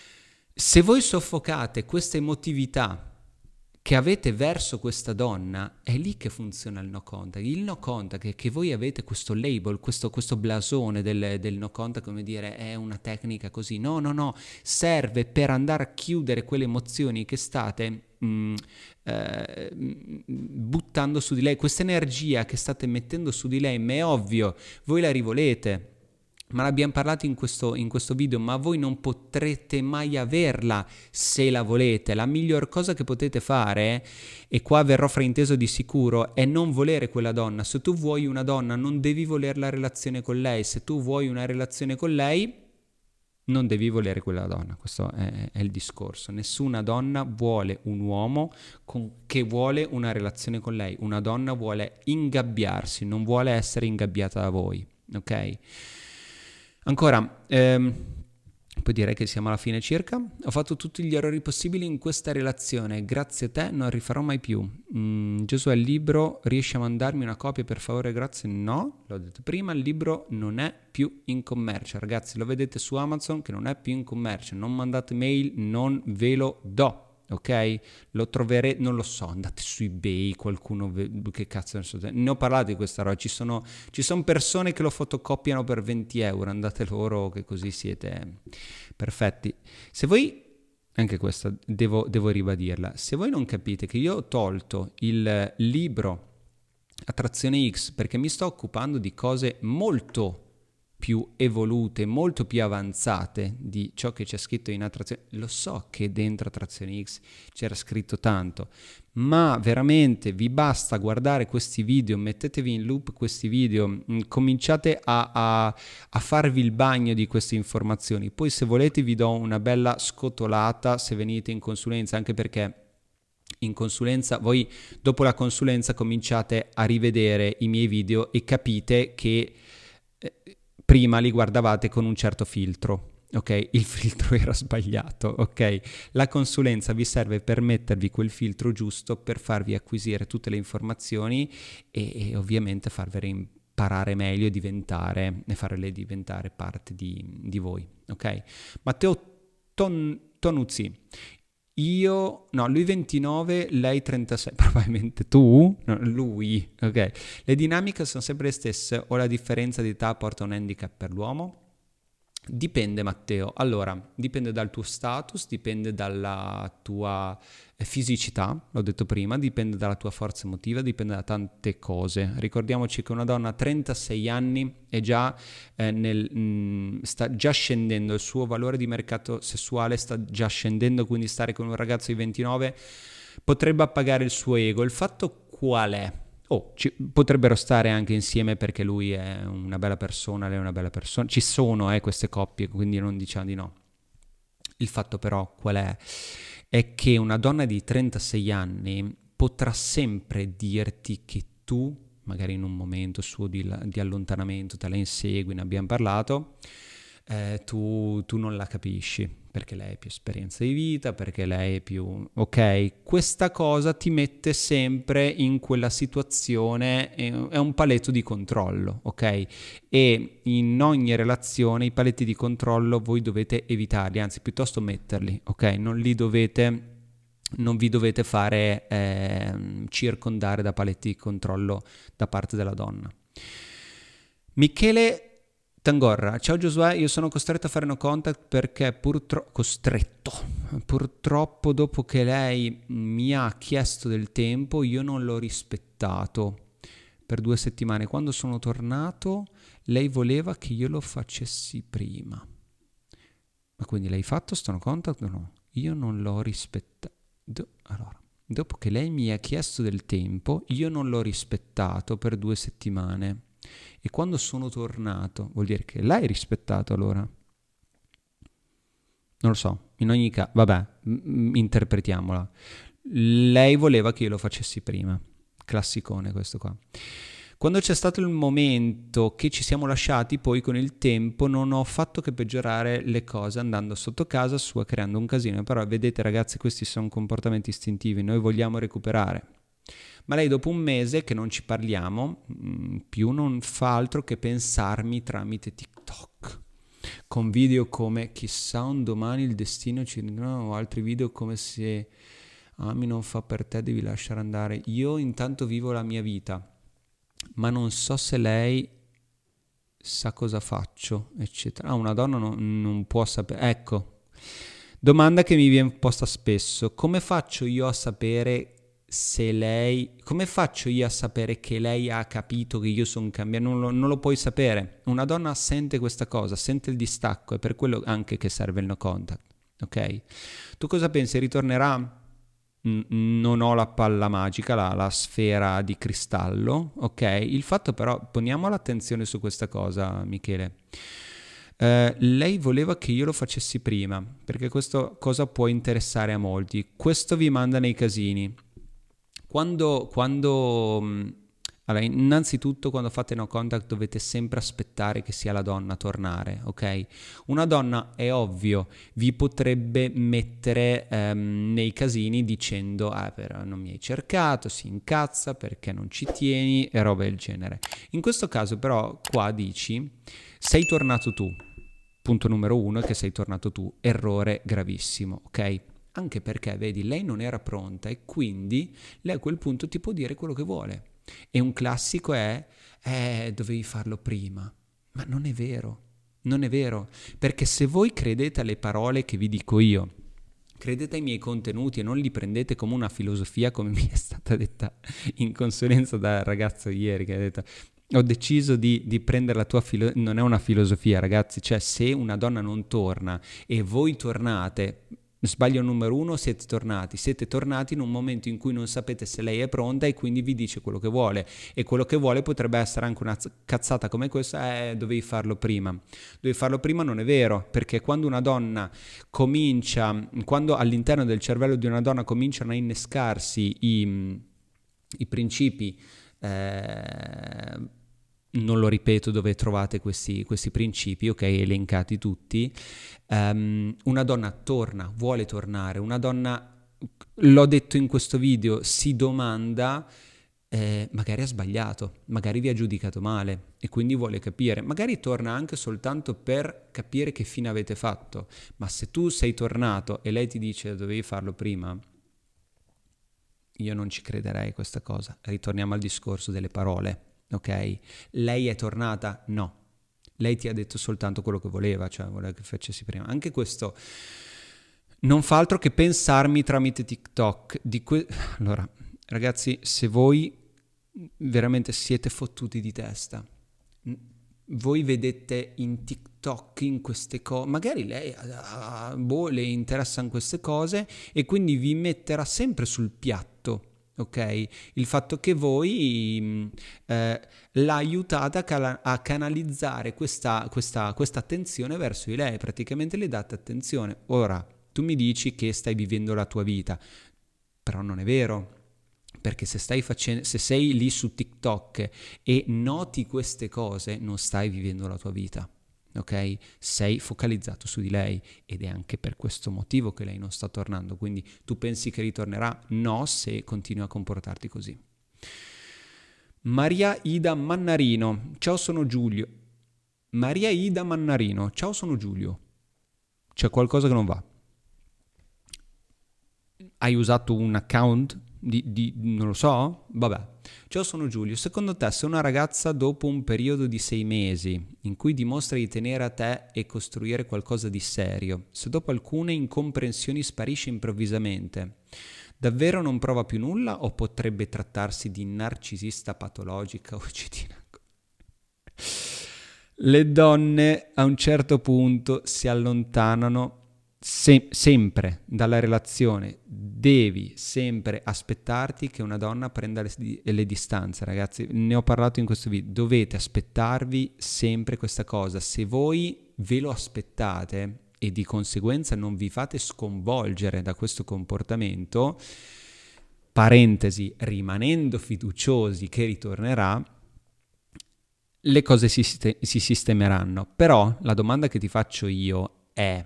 Se voi soffocate questa emotività che avete verso questa donna, è lì che funziona il no contact. Il no contact è che voi avete questo label, questo, questo blasone del, del no contact, come dire, è una tecnica così. No, no, no, serve per andare a chiudere quelle emozioni che state mh, eh, buttando su di lei, questa energia che state mettendo su di lei, ma è ovvio, voi la rivolete. Ma l'abbiamo parlato in questo, in questo video, ma voi non potrete mai averla se la volete. La miglior cosa che potete fare, e qua verrò frainteso di sicuro, è non volere quella donna. Se tu vuoi una donna non devi voler la relazione con lei, se tu vuoi una relazione con lei non devi volere quella donna, questo è, è il discorso. Nessuna donna vuole un uomo con, che vuole una relazione con lei. Una donna vuole ingabbiarsi, non vuole essere ingabbiata da voi, ok? Ancora, ehm, poi direi che siamo alla fine circa. Ho fatto tutti gli errori possibili in questa relazione, grazie a te non rifarò mai più. Mm, Giosuè, il libro, riesci a mandarmi una copia per favore? Grazie. No, l'ho detto prima, il libro non è più in commercio, ragazzi, lo vedete su Amazon che non è più in commercio, non mandate mail, non ve lo do. Ok? Lo troverete, non lo so, andate su eBay, qualcuno, che cazzo ne so, ne ho parlato di questa roba, ci sono, ci sono persone che lo fotocopiano per venti euro, andate loro che così siete perfetti. Se voi, anche questa devo, devo ribadirla, se voi non capite che io ho tolto il libro Attrazione X perché mi sto occupando di cose molto più evolute, molto più avanzate di ciò che c'è scritto in Attrazione. Lo so che dentro Attrazione X c'era scritto tanto, ma veramente vi basta guardare questi video, mettetevi in loop questi video, mh, cominciate a, a, a farvi il bagno di queste informazioni. Poi se volete vi do una bella scotolata se venite in consulenza, anche perché in consulenza voi dopo la consulenza cominciate a rivedere i miei video e capite che eh, prima li guardavate con un certo filtro, ok? Il filtro era sbagliato, ok? La consulenza vi serve per mettervi quel filtro giusto per farvi acquisire tutte le informazioni e, e ovviamente farvele imparare meglio e diventare, e farle diventare parte di, di voi, ok? Matteo Ton, Tonuzzi. Io, no, lui ventinove, lei trentasei, probabilmente tu, no, lui, ok. Le dinamiche sono sempre le stesse o la differenza di età porta un handicap per l'uomo? Dipende, Matteo. Allora, dipende dal tuo status, dipende dalla tua fisicità, l'ho detto prima, dipende dalla tua forza emotiva, dipende da tante cose. Ricordiamoci che una donna a trentasei anni è già, eh, nel, mh, sta già scendendo, il suo valore di mercato sessuale sta già scendendo, quindi stare con un ragazzo di ventinove potrebbe appagare il suo ego. Il fatto qual è? Oh, ci, potrebbero stare anche insieme perché lui è una bella persona, lei è una bella persona. Ci sono eh, queste coppie, quindi non diciamo di no. Il fatto però qual è? È che una donna di trentasei anni potrà sempre dirti che tu, magari in un momento suo di, di allontanamento, te la insegui, ne abbiamo parlato, eh, tu, tu non la capisci perché lei ha più esperienza di vita, perché lei è più... Ok, questa cosa ti mette sempre in quella situazione, è un paletto di controllo, ok? E in ogni relazione i paletti di controllo voi dovete evitarli, anzi piuttosto metterli, ok? Non li dovete... non vi dovete fare eh, circondare da paletti di controllo da parte della donna. Michele Tangorra, ciao Giosuè, io sono costretto a fare no contact perché purtroppo, costretto, purtroppo dopo che lei mi ha chiesto del tempo io non l'ho rispettato per due settimane. Quando sono tornato lei voleva che io lo facessi prima. Ma quindi l'hai fatto sto no contact o no? Io non l'ho rispettato. Do- allora, dopo che lei mi ha chiesto del tempo io non l'ho rispettato per due settimane. E quando sono tornato, vuol dire che l'hai rispettato allora? Non lo so, in ogni caso, vabbè, m- interpretiamola. Lei voleva che io lo facessi prima. Classicone questo qua. Quando c'è stato il momento che ci siamo lasciati, poi con il tempo non ho fatto che peggiorare le cose andando sotto casa sua creando un casino. Però vedete ragazzi, questi sono comportamenti istintivi, noi vogliamo recuperare. Ma lei dopo un mese che non ci parliamo mh, più non fa altro che pensarmi tramite TikTok, con video come chissà un domani il destino ci no, o altri video come se ami non fa per te devi lasciare andare. Io intanto vivo la mia vita, ma non so se lei sa cosa faccio, eccetera. Ah, una donna non, non può sapere. Ecco, domanda che mi viene posta spesso. Come faccio io a sapere se lei, come faccio io a sapere che lei ha capito che io sono cambiato? Non lo, non lo puoi sapere. Una donna sente questa cosa, sente il distacco, è per quello anche che serve il no contact, ok? Tu cosa pensi? Ritornerà? N- non ho la palla magica, la, la sfera di cristallo, ok? Il fatto però, poniamo l'attenzione su questa cosa, Michele. Eh, lei voleva che io lo facessi prima, perché questo cosa può interessare a molti. Questo vi manda nei casini. Quando, quando mh, allora, innanzitutto quando fate no contact dovete sempre aspettare che sia la donna a tornare, ok? Una donna, è ovvio, vi potrebbe mettere ehm, nei casini dicendo ah però non mi hai cercato, si incazza perché non ci tieni e roba del genere. In questo caso però qua dici sei tornato tu, punto numero uno è che sei tornato tu, errore gravissimo, ok? Anche perché, vedi, lei non era pronta e quindi lei a quel punto ti può dire quello che vuole. E un classico è, eh, dovevi farlo prima. Ma non è vero, non è vero. Perché se voi credete alle parole che vi dico io, credete ai miei contenuti e non li prendete come una filosofia come mi è stata detta in consulenza dal ragazzo ieri che ha detto ho deciso di, di prendere la tua filosofia, non è una filosofia ragazzi, cioè se una donna non torna e voi tornate, sbaglio numero uno, siete tornati, siete tornati in un momento in cui non sapete se lei è pronta e quindi vi dice quello che vuole e quello che vuole potrebbe essere anche una cazzata come questa, eh, dovevi farlo prima, dovevi farlo prima non è vero, perché quando una donna comincia, quando all'interno del cervello di una donna cominciano a innescarsi i, i principi eh, non lo ripeto dove trovate questi, questi principi, ok, elencati tutti, um, una donna torna, vuole tornare, una donna, l'ho detto in questo video, si domanda, eh, magari ha sbagliato, magari vi ha giudicato male e quindi vuole capire, magari torna anche soltanto per capire che fine avete fatto, ma se tu sei tornato e lei ti dice dovevi farlo prima, io non ci crederei questa cosa, ritorniamo al discorso delle parole. Ok? Lei è tornata? No. Lei ti ha detto soltanto quello che voleva, cioè voleva che facessi prima. Anche questo non fa altro che pensarmi tramite TikTok. Di que- allora, ragazzi, se voi veramente siete fottuti di testa, voi vedete in TikTok in queste cose, magari lei ah, boh, le interessano queste cose e quindi vi metterà sempre sul piatto. Ok? Il fatto che voi eh, l'ha aiutata a, cala- a canalizzare questa, questa, questa attenzione verso di lei, praticamente le date attenzione. Ora, tu mi dici che stai vivendo la tua vita, però non è vero, perché se stai facendo, se sei lì su TikTok e noti queste cose, non stai vivendo la tua vita. Ok? Sei focalizzato su di lei ed è anche per questo motivo che lei non sta tornando, quindi tu pensi che ritornerà? No, se continui a comportarti così. Maria Ida Mannarino, ciao sono Giulio. Maria Ida Mannarino, ciao sono Giulio. C'è qualcosa che non va? Hai usato un account di, di non lo so? Vabbè. Ciao, sono Giulio. Secondo te, se una ragazza dopo un periodo di sei mesi in cui dimostra di tenere a te e costruire qualcosa di serio, se dopo alcune incomprensioni sparisce improvvisamente, davvero non prova più nulla o potrebbe trattarsi di narcisista patologica o cetina? Le donne a un certo punto si allontanano Se- sempre dalla relazione, devi sempre aspettarti che una donna prenda le, le distanze, ragazzi, ne ho parlato in questo video, dovete aspettarvi sempre questa cosa, se voi ve lo aspettate e di conseguenza non vi fate sconvolgere da questo comportamento, parentesi, rimanendo fiduciosi che ritornerà, le cose si, si sistemeranno, però la domanda che ti faccio io è: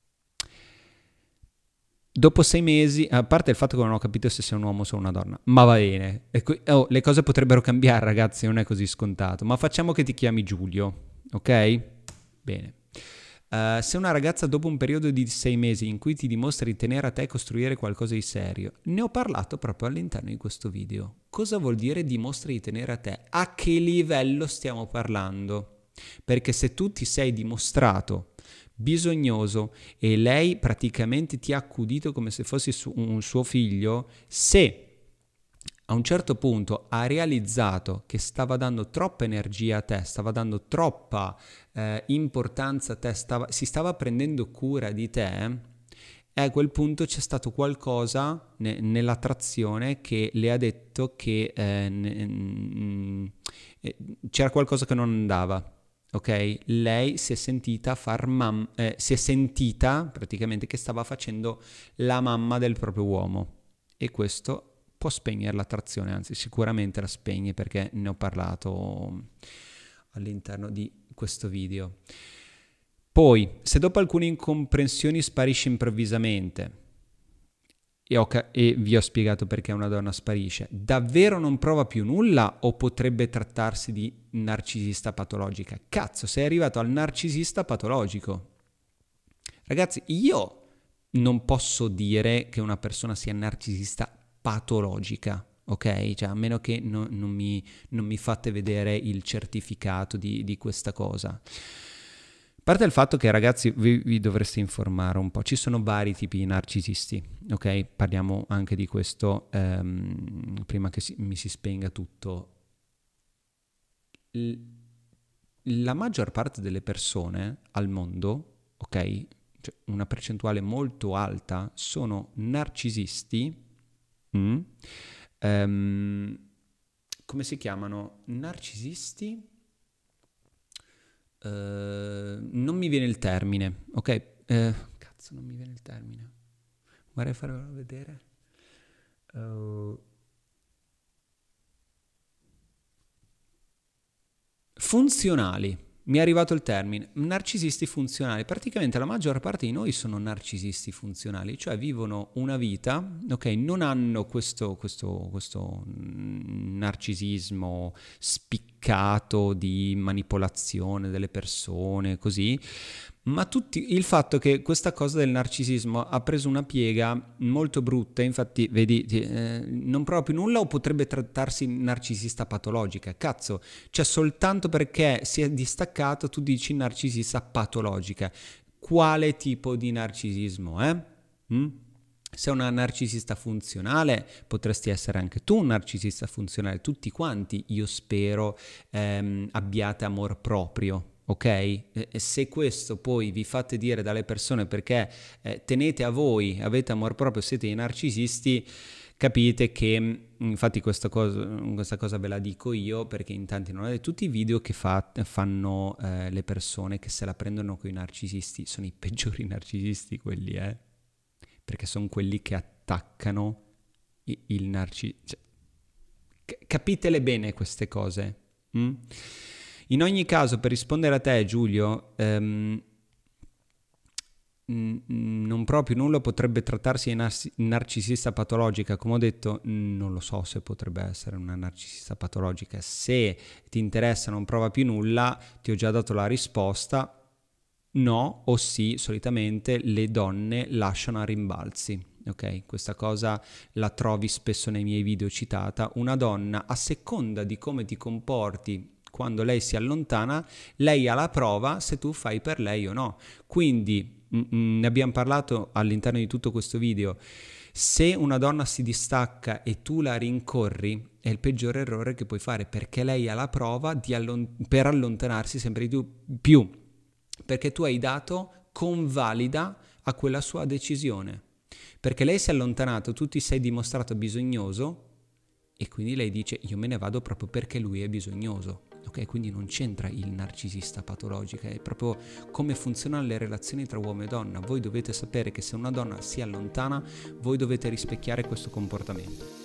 dopo sei mesi, a parte il fatto che non ho capito se sei un uomo o una donna, ma va bene, oh, le cose potrebbero cambiare ragazzi, non è così scontato, ma facciamo che ti chiami Giulio, ok? Bene. Uh, se una ragazza dopo un periodo di sei mesi in cui ti dimostra di tenere a te e costruire qualcosa di serio, ne ho parlato proprio all'interno di questo video. Cosa vuol dire dimostra di tenere a te? A che livello stiamo parlando? Perché se tu ti sei dimostrato bisognoso e lei praticamente ti ha accudito come se fossi un suo figlio, se a un certo punto ha realizzato che stava dando troppa energia a te, stava dando troppa eh, importanza a te, stava, si stava prendendo cura di te, e a quel punto c'è stato qualcosa ne, nell'attrazione che le ha detto che eh, ne, n, c'era qualcosa che non andava. ok? Lei si è sentita far mam- eh, si è sentita praticamente che stava facendo la mamma del proprio uomo, e questo può spegnere l'attrazione, anzi sicuramente la spegne, perché ne ho parlato all'interno di questo video. Poi, se dopo alcune incomprensioni sparisce improvvisamente, e, ho ca- e vi ho spiegato perché una donna sparisce, davvero non prova più nulla o potrebbe trattarsi di narcisista patologica? Cazzo, sei arrivato al narcisista patologico. Ragazzi, io non posso dire che una persona sia narcisista patologica, ok? Cioè, a meno che no- non, mi, non mi fate vedere il certificato di, di questa cosa. A parte il fatto che, ragazzi, vi, vi dovreste informare un po', ci sono vari tipi di narcisisti, ok? Parliamo anche di questo ehm, prima che si, mi si spenga tutto. L- la maggior parte delle persone al mondo, ok? Cioè una percentuale molto alta, sono narcisisti. mm, ehm, come si chiamano? Narcisisti? Eh, non mi viene il termine, ok? Eh, cazzo, non mi viene il termine. Vorrei farvelo vedere. Uh, funzionali. Mi è arrivato il termine, narcisisti funzionali. Praticamente la maggior parte di noi sono narcisisti funzionali, cioè vivono una vita, ok, non hanno questo, questo, questo narcisismo spiccato di manipolazione delle persone, così, ma tutti, il fatto che questa cosa del narcisismo ha preso una piega molto brutta, infatti vedi, eh, non prova più nulla o potrebbe trattarsi narcisista patologica, cazzo, cioè soltanto perché si è distaccato tu dici narcisista patologica. Quale tipo di narcisismo, eh? Mm? Se è una narcisista funzionale, potresti essere anche tu un narcisista funzionale. Tutti quanti, io spero, ehm, abbiate amor proprio. Ok? E se questo poi vi fate dire dalle persone perché eh, tenete a voi, avete amor proprio, siete i narcisisti, capite che, infatti questa cosa, questa cosa ve la dico io perché in tanti non è, tutti i video che fa, fanno eh, le persone che se la prendono con i narcisisti sono i peggiori narcisisti quelli, eh? Perché sono quelli che attaccano il, il narcisismo. Cioè, c- capitele bene queste cose. Mm? In ogni caso, per rispondere a te, Giulio, ehm, non proprio nulla, potrebbe trattarsi di nar- narcisista patologica. Come ho detto, non lo so se potrebbe essere una narcisista patologica. Se ti interessa, non prova più nulla, ti ho già dato la risposta. No o sì, solitamente le donne lasciano a rimbalzi. Ok, questa cosa la trovi spesso nei miei video citata. Una donna, a seconda di come ti comporti quando lei si allontana, lei ha la prova se tu fai per lei o no. Quindi, mh, ne abbiamo parlato all'interno di tutto questo video. Se una donna si distacca e tu la rincorri, è il peggior errore che puoi fare, perché lei ha la prova di allon- per allontanarsi sempre di più, perché tu hai dato convalida a quella sua decisione. Perché lei si è allontanato, tu ti sei dimostrato bisognoso e quindi lei dice io me ne vado proprio perché lui è bisognoso. Ok, quindi non c'entra il narcisista patologico, è proprio come funzionano le relazioni tra uomo e donna. Voi dovete sapere che se una donna si allontana, voi dovete rispecchiare questo comportamento.